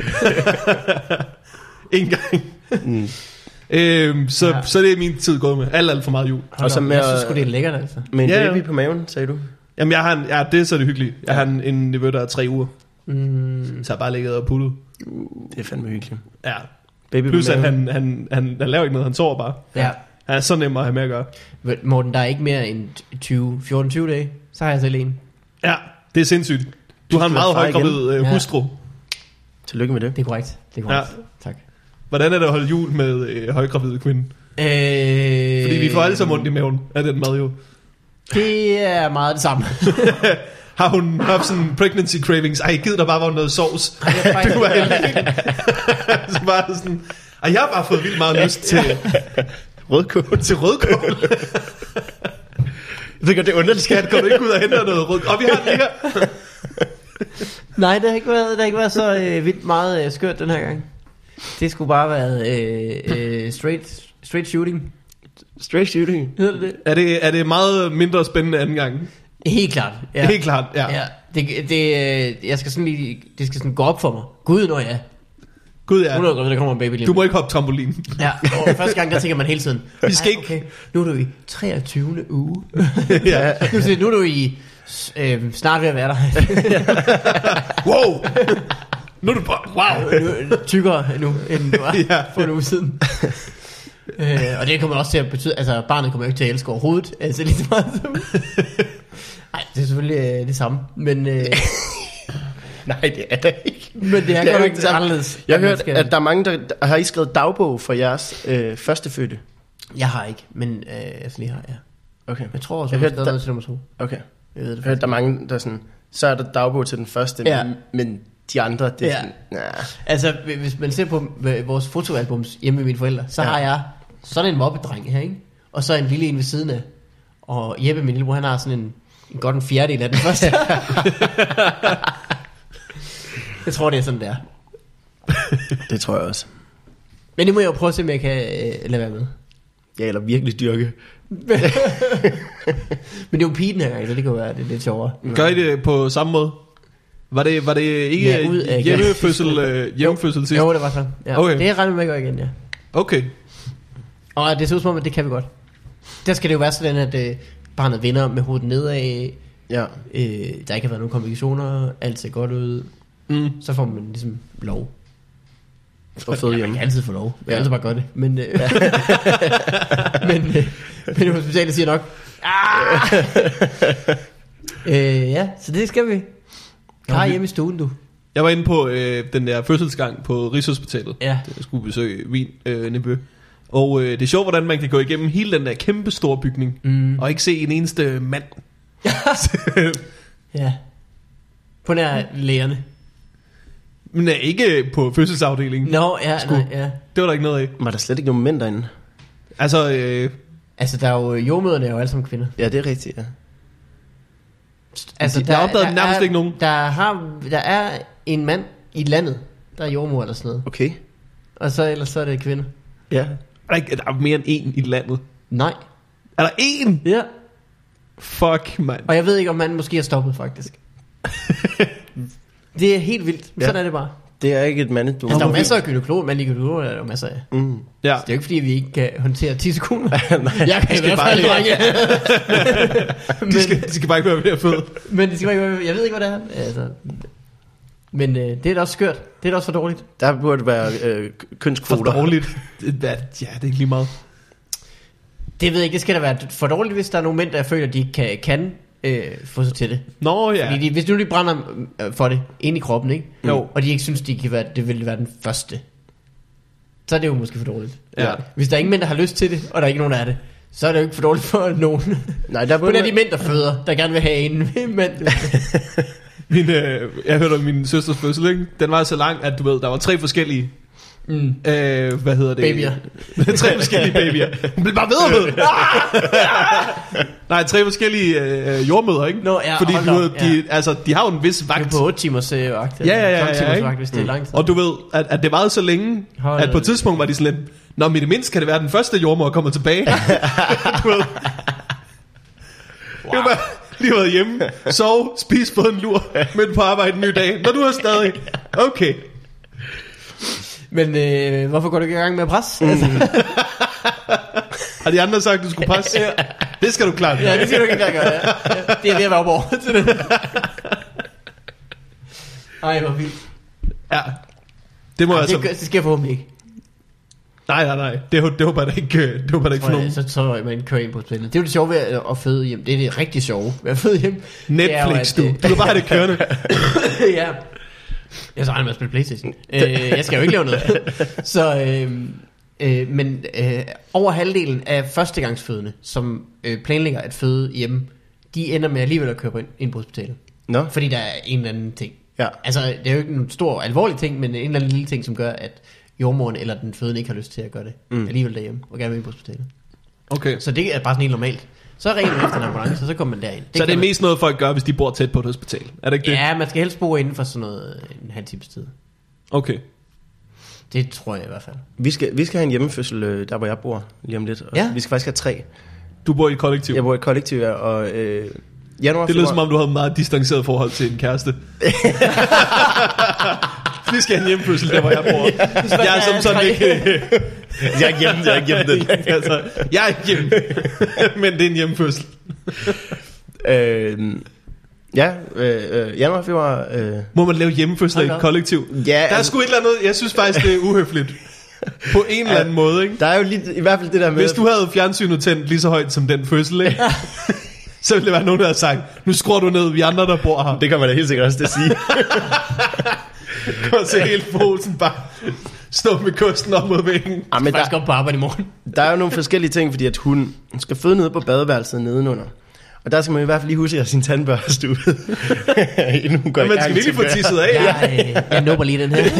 En gang. Mm. øhm, så, Ja. ja. så det er min tid gået med. Alt, alt for meget jul. Og så med, jeg synes at- sgu, det er lækkert, altså. med en Ja, ja. baby på maven, sagde du? Jamen, jeg har en, ja, det er så det hyggeligt. Jeg har en, en nevø, der er tre uger. Mm. Så jeg har bare ligget og puttet. Det er fandme hyggeligt. Ja. Baby Plus på at maven. han, han, han, han laver ikke noget, han sover bare. Ja. Han er så nem at have med at gøre. Morten, der er ikke mere end tyve, fjorten tyve dage. Så har jeg selv en. Ja, det er sindssygt. Du har en Du er meget far igen. højgravid øh, Ja. hustru. Tillykke med det. Det er korrekt. Det er korrekt. Ja. Tak. Hvordan er det at holde jul med øh, højgravide kvinde? Øh, Fordi vi får alle sammen ondt i maven af den mad jo. Det er meget det samme. Har hun haft sådan pregnancy cravings? Ej, gider der bare var noget sovs. Ej, jeg er faktisk- Du var heldig. Så bare sådan... Ej, jeg har bare fået vildt meget lyst til, Rødkål. til rødkål. Det gør det underligt. Skat, går du ikke ud og henter noget rødkål? Og vi har det her. Nej, det har ikke været, det har ikke været så øh, vildt meget øh, skørt den her gang. Det skulle bare være øh, øh, straight, straight shooting. Straight shooting. Hedder det det? Er det, er det meget mindre spændende anden gang? Helt klart. Ja. Helt klart, ja. Ja, det, det, øh, jeg skal sådan lige, det skal sådan gå op for mig. Gud, når jeg Gud ja. hundrede gange, der kommer en baby lige Du nu. må ikke hoppe trampolin. Ja, og første gang, der tænker man hele tiden. Vi skal "Ej, okay, nu er du i treogtyvende uge. Ja. nu, nu er du i øh, snart ved at være der. Wow. Nu er du bare... Wow. Nu, tykkere nu, end du var Ja. for en uge siden. øh, og det kommer også til at betyde, altså barnet kommer jo ikke til at elske overhovedet, altså lige så meget som... Nej, det er selvfølgelig øh, det samme, men, øh, Nej, det er det ikke. men det er Det er godt jo nok ikke det samme. anderledes. Jeg har man hørt, skal- at der er mange, der, der har I skrevet dagbog for jeres øh, førstefødte. Jeg har ikke, men øh, altså lige har jeg. Okay. Jeg tror også, Jeg jeg hørte, har der- noget til nummer to. Okay. Jeg ved det Jeg har hørt, der er mange, der sådan, så er der dagbog til den første, Ja. men, men de andre, det er Ja. sådan, nah. Altså, hvis man ser på øh, vores fotoalbums hjemme med mine forældre, så Ja. har jeg sådan en mobbedreng her, ikke? Og så en lille en ved siden af. Og Jeppe, min lillebror, han har sådan en, en godt en fjerdedel af den første. Jeg tror, det er sådan, der. Det tror jeg også. Men det må jeg jo prøve at se, om jeg kan øh, lade være med. Ja, eller virkelig dyrke. Men det er jo pigen her, så det kan jo være det er lidt sjovere. Gør I det på samme måde? Var det, var det ikke Ja, ud af- hjemmefødsel, øh, hjemmefødsel sidst? Jo, det var så. Ja. Okay. Det regner med at gøre igen, ja. Okay. Og det ser ud som om, at det kan vi godt. Der skal det jo være sådan, at øh, barnet vinder med hovedet nedad. Ja. Øh, der ikke har været nogen komplikationer. Alt ser godt ud. Mm. Så får man ligesom lov. Og føde Ja, man hjemme. kan altid få lov. Man kan Ja. altid bare gøre det. Men, øh, men, øh, men hospitalet siger nok. Ah! øh, ja, så det skal vi. Klar hjemme i stuen, du. Jeg var inde på øh, den der fødselsgang på Rigshospitalet. Ja. Jeg skulle besøge min øh, nevø. Og øh, det er sjovt, hvordan man kan gå igennem hele den der kæmpe store bygning, Mm. og ikke se en eneste mand. Ja. På nær lægerne. Men er ikke på fødselsafdelingen. Nå, ja, Sku. nej, ja. Det var der ikke noget af. Var der slet ikke nogen mænd derinde? Altså, øh, Altså, der er jo jordmøderne er jo alle sammen kvinder. Ja, det er rigtigt, ja. Altså, Der opdagede nærmest er, ikke nogen. Der, har, der er en mand i landet, der er jordmor eller sådan noget. Okay. Og så ellers så er det kvinder. Ja. er der, ikke, er der mere end en i landet? Nej. Er der en? Ja. Fuck, mand. Og jeg ved ikke, om man måske er stoppet, faktisk. Det er helt vildt. Ja. Sådan er det bare. Det er ikke et mandedom. Altså, der er jo masser af gynekologer, mandlige gynekologer, der er jo masser af. Mm. Ja. Så det er jo ikke, fordi vi ikke kan håndtere ti sekunder. Nej, Jeg kan i hvert fald De skal, de skal bare ikke være ved at føde. Men det skal ikke være, jeg ved ikke, hvad det er. Altså, men øh, det er da også skørt. Det er da også for dårligt. Der burde være øh, For kønskvoter. dårligt. Det, ja, det er ikke lige meget. Det ved jeg ikke. Det skal da være for dårligt, hvis der er nogle mænd, der føler, at de ikke kan, kan øh, få sig til det. Nå ja. Fordi de, hvis nu de brænder øh, for det ind i kroppen, ikke? Jo. Og de ikke synes, de kan være, det vil være den første, så er det jo måske for dårligt. Ja. Hvis der er ingen mænd, der har lyst til det, og der er ikke nogen, der er det, så er det jo ikke for dårligt for nogen. Nej, der Men burde er de mænd, der føder, der gerne vil have en mand. Min, øh, jeg hørte om min søsters fødsel, ikke? Den var så lang, at du ved, der var tre forskellige Mm. øh, hvad hedder det? Babyer. tre forskellige babyer. Hun blev bare ved og ved. Nej, tre forskellige øh, jordmøder, ikke? Nå, ja, fordi hold du da ved, op, de, ja. altså, de har jo en vis Det er vagt. på otte timers øh, vagt. Ja, ja, ja, tolv ja, timers ikke? vagt, hvis det er lang tid. Og du ved, at, at det varede så længe, Hold at på et tidspunkt var de sådan lidt, nå, men i det mindste kan det være, at den første jordmor kommer tilbage. Du ved. Wow. Bare lige været hjemme, sove, spise på en lur, midt på arbejde en ny dag. Når du er stadig, okay. Men øh, hvorfor går du ikke i gang med at presse? Mm. Altså, Har de andre sagt, at du skulle passe? Det skal du klart. ja, det skal du ikke engang gøre. Ja. Ja, det er ved at være op over til det. Ej, hvor vildt. Ja. Det må Ej, altså... det, gør- det sker forhåbentlig ikke. Nej, nej, nej. Det, det håber jeg da ikke, det håber jeg da ikke for Tror nogen. jeg, så tror jeg, man kører ind på spillet. Det er jo det sjove ved at, at føde hjem. Det er det rigtig sjove ved at føde hjem. Det er jo, Netflix, at, du. øh, Du kan bare have det kørende. Ja. Jeg så regner med at spille PlayStation. øh, jeg skal jo ikke lave noget. Så, øh, øh, men øh, over halvdelen af førstegangsfødende, som øh, planlægger at føde hjemme, de ender med alligevel at køre på ind, ind på hospitalet. Nå, Fordi der er en eller anden ting. ja. Altså, det er jo ikke en stor alvorlig ting, men en eller anden lille ting, som gør, at jordmoren eller den fødende ikke har lyst til at gøre det. Mm. Alligevel derhjemme, og gerne vil ind på hospitalet. Okay. Så det er bare sådan helt normalt. Så ringer man efter en ambulance, og så kommer man derind. Så det kan er man- mest noget, folk gør, hvis de bor tæt på et hospital. Er det ikke det? Ja, man skal helst bo inden for sådan noget en halv times tid. Okay. Det tror jeg i hvert fald. Vi skal, vi skal have en hjemmefødsel, øh, der hvor jeg bor, lige om lidt. Og Ja. Vi skal faktisk have tre. Du bor i et kollektiv. Jeg bor i et kollektiv, ja, og øh, januar, Det lyder februar- som om, du havde et meget distanceret forhold til en kæreste. Vi skal have en hjemmefødsel, der hvor jeg bor. Jeg er som sådan ikke... Jeg er ikke hjemme, jeg er ikke hjemme den. altså, jeg er ikke hjemme. Men det er en hjemmefødsel. øh, ja, øh, øh, januar, februar... Øh, Må man lave hjemmefødsler i Hold et da op. kollektiv? ja, Der er altså, sgu et eller andet... Jeg synes faktisk, det er uhøfligt. På en eller anden måde, ikke? der er jo lige, i hvert fald det der med... Hvis du havde fjernsynet tændt lige så højt som den fødsel, ikke? Så ville det være nogen, der havde sagt, nu skruer du ned, vi andre, der bor her. Det kommer da helt sikkert også til at sige. Og så helt Poulsen bare stå med kosten op mod væggen. Ja, Men men jeg skal der, op på arbejde i morgen. der er jo nogle forskellige ting, fordi at hun skal føde nede på badeværelset nedenunder. Og der skal man i hvert fald lige huske at have sin tandbørste ud. Inden hun går Og i man skal gang virkelig til få tisset af. Jeg, øh, jeg nubber lige den her.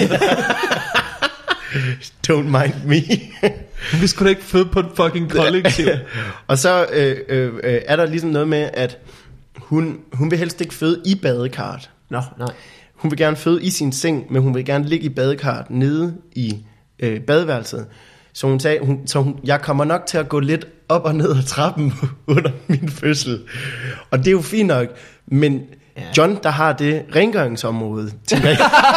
Don't mind me. Vi skulle da ikke føde på et fucking kollektiv. Og så øh, øh, øh, er der ligesom noget med, at hun, hun vil helst ikke føde i badekarret. Nå, nej. Hun vil gerne føde i sin seng, men hun vil gerne ligge i badekarret nede i øh, badeværelset. Så hun sagde, hun, så hun, jeg kommer nok til at gå lidt op og ned ad trappen under min fødsel. Og det er jo fint nok, men Ja. John, der har det rengøringsområde, tænker jeg.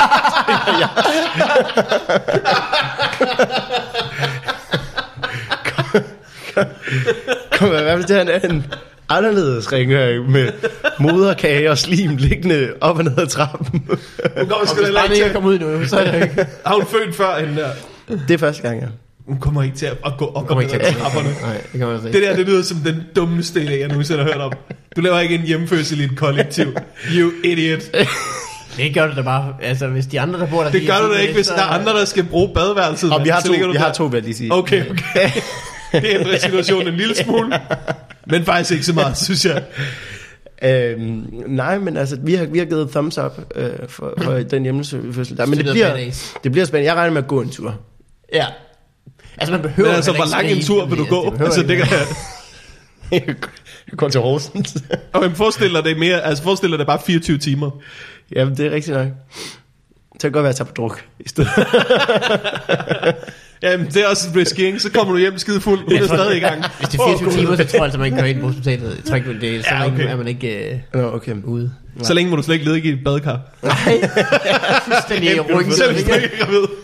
Kommer i hvert fald til at have en anderledes rengøring med moderkage og slim liggende op og ned ad trappen. Hun kommer Og sgu hvis da bare ikke ikke til. kommer ud nu, så er det ikke. Har hun født før hende der? Det er første gang, ja. Hun kommer ikke til at, at gå op og Kommer ned ikke ad til at trapperne. Nej, det kan man altså Det ikke. der, det lyder som den dummeste idé, jeg nogensinde har hørt om. Du laver ikke en hjemmefødsel i et kollektiv. You idiot. Det gør du da bare. Altså, hvis de andre, der bor der... Det de gør er du da fine ikke, med hvis det, der er andre, der skal bruge badeværelset. Og vi har Så to, ligger du vi har der. to, vil jeg lige sige. Okay, okay. Det ændrer situationen en lille smule. Men faktisk ikke så meget, synes jeg. Øhm, nej, men altså, vi har, vi har givet thumbs up øh, for, for den hjemmefødsel der. Men det lyder bliver, badass. det bliver spændende. Jeg regner med at gå en tur. Ja. Altså, man behøver... Men altså, heller hvor ikke lang en sådan tur vil du helt- gå? behøver Altså, ikke det kan Jeg går til Horsens. Og man forestiller det mere, altså forestiller det bare fireogtyve timer. Jamen, det er rigtigt nok. Så kan det godt være, at jeg tager på druk i stedet. Jamen, det er også risky, ikke? Så kommer du hjem skide fuld, hun er stadig i gang. Hvis det er fireogtyve oh, timer, så tror jeg altså, man kan køre ind på hospitalet. Jeg tror ikke, det er så Ja, længe, okay. er man ikke Nå, okay. øh, ude. Så længe må du slet ikke ligge i et badekar. Nej, fuldstændig i ryggen. Selv hvis du ikke er gravid.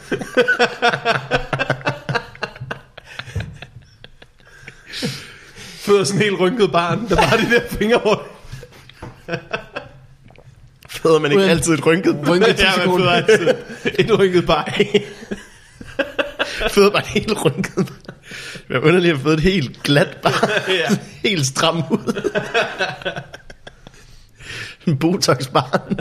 Føder sådan en helt rynket barn, der bare har de der fingre rundt. Føder man ikke Uden- altid et rynket? Rynket ti Ja, man sekunder. føder altid et rynket barn. Føder bare et helt rynket. Det er underligt at føde et helt glat barn. Ja. Helt stram ud. En botox-barn.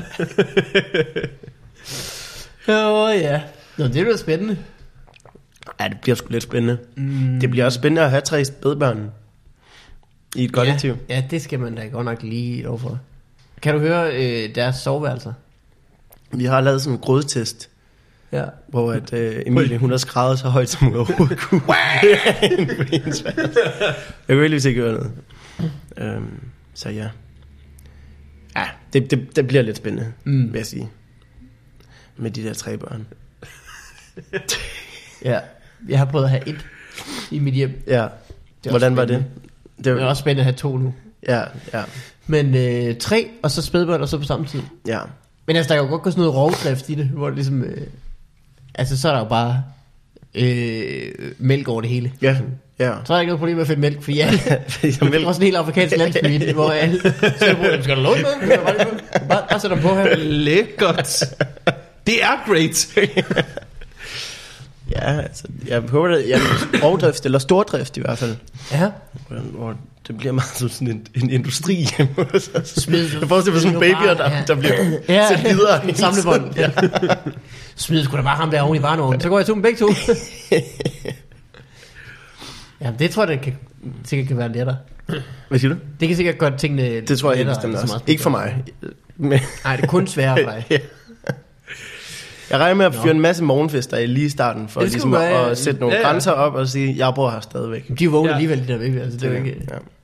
Åh ja. Nå, det bliver spændende. Ja, det bliver sgu lidt spændende. Mm. Det bliver også spændende at have tre spædbørn i et kollektiv. Ja, ja, det skal man da godt nok lige overfor. Kan du høre øh, deres soveværelser? Vi har lavet sådan en grødtest, Ja. hvor at, øh, Emilie, hun har skrevet så højt, som hun overhovedet kunne. Inde på hendes værelse. Jeg kunne heldigvis ikke høre noget. Øhm, så ja. Ja, det, det, det bliver lidt spændende, Mm. vil jeg sige. Med de der tre børn. Ja. Jeg har prøvet at have et i mit hjem. Ja, er hvordan også var det? spændende. Det Det er var, også spændende at have to nu. ja, ja, Men øh, tre, og så spædbørn, og så på samme tid. ja. Men altså, der kan jo godt gå sådan noget rovdrift i det, hvor det ligesom... Øh, altså, så er der jo bare øh, mælk over det hele. Ja, ja. Så er der ikke noget problem med at finde mælk, for ja, det mælk. er også en helt afrikansk landsby, hvor alle... Så er det, skal du låne noget? Bare, bare, bare sæt dem på her. Lækkert. Det er great. Ja, altså, jeg håber, at jeg rovdrift, eller stordrift i hvert fald. Ja. Hvor, hvor det bliver meget som sådan en, en industri hjemme. Smid- Jeg forestiller mig sådan nogle babyer, der, Ja. der bliver Ja, sendt videre. en samlebånd. Ja. Smid sgu da bare ham der oven i barnevognen. Så går jeg til dem begge to. Ja, det tror jeg, det kan, sikkert kan være lettere. Hvad siger du? Det kan sikkert gøre tingene Det tror jeg helt lettere, bestemt altså også. meget Ikke for mig. Men, Nej, det er kun sværere for dig. ja. Jeg regner med at fyre en masse morgenfester i lige i starten, for Det skal ligesom du at, gøre, ja. at sætte nogle Ja, ja. grænser op og sige, jeg bor her stadigvæk. De vågner Ja. alligevel, de der væk. Altså, det er jo ikke...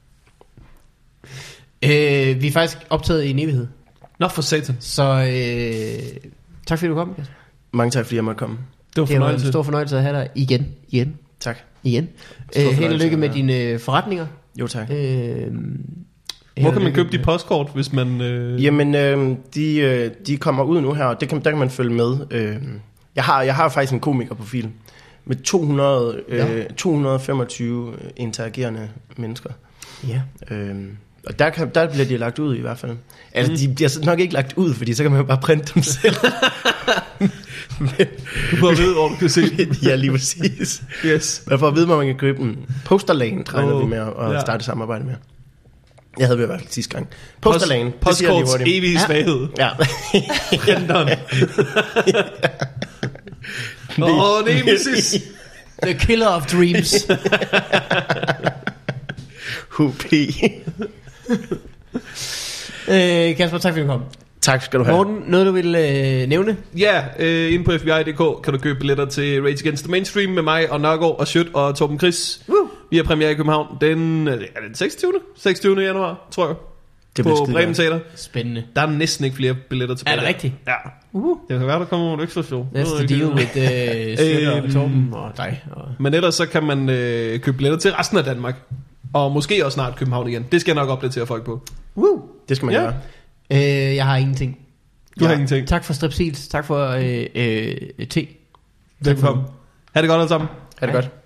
Ja. Øh, vi er faktisk optaget i en evighed. Nå for satan. Så øh, tak fordi du kom, Kasper. Mange tak, fordi jeg måtte komme. Det var Det var en fornøjelse. stor fornøjelse at have dig igen. Igen. Tak. Igen. Stor Øh, held og fornøjelse lykke med at dine øh, forretninger. Jo, tak. Øh, Hvor kan man købe de postkort, hvis man... Øh... Jamen, øh, de, øh, de kommer ud nu her, og det kan, der kan man følge med. Øh, jeg, har, jeg har faktisk en komikerprofil med to hundrede, øh, Ja. to hundrede og femogtyve interagerende mennesker. ja. Øh, og der, kan, der bliver de lagt ud i hvert fald. Altså, mm. de bliver så nok ikke lagt ud, fordi så kan man jo bare printe dem selv. Du får at vide, hvor du kan se dem. Ja, lige præcis. Yes. Men for at vide, hvor man kan købe dem. Posterlane regner Oh, vi med at at ja. starte samarbejde med. Jeg havde vi i hvert fald sidste gang. Posterlane, Post, postkorts evige Ja. svaghed. Ja. Printeren. Åh, oh, nemesis. The killer of dreams. H P. øh, Kasper, tak fordi du kom. Tak skal du have. Morten, noget du vil øh, nævne? Ja, øh, inde på F B I punktum d k kan du købe billetter til Rage Against the Mainstream med mig og Nørgaard og Schødt og Torben Chris. Woo. Vi har premiere i København den, øh, er det den seksogtyvende? seksogtyvende januar, tror jeg. Det bliver På skide Bremen godt. Teater. Spændende. Der er næsten ikke flere billetter tilbage. Er det rigtigt? Ja. Uh. Det kan være, der kommer nogle ekstra show. That's the deal with uh, Schødt og Øhm. Torben og dig. Og... Men ellers så kan man øh, købe billetter til resten af Danmark. Og måske også snart København igen. Det skal jeg nok opdatere folk på. Woo. Det skal man Ja. gøre. Øh, jeg har ingenting. Du Ja. har ingenting. Tak for strepsils. Tak for øh, øh, te. Velkommen. Ha' det godt alle sammen. Ha' det Hej. godt.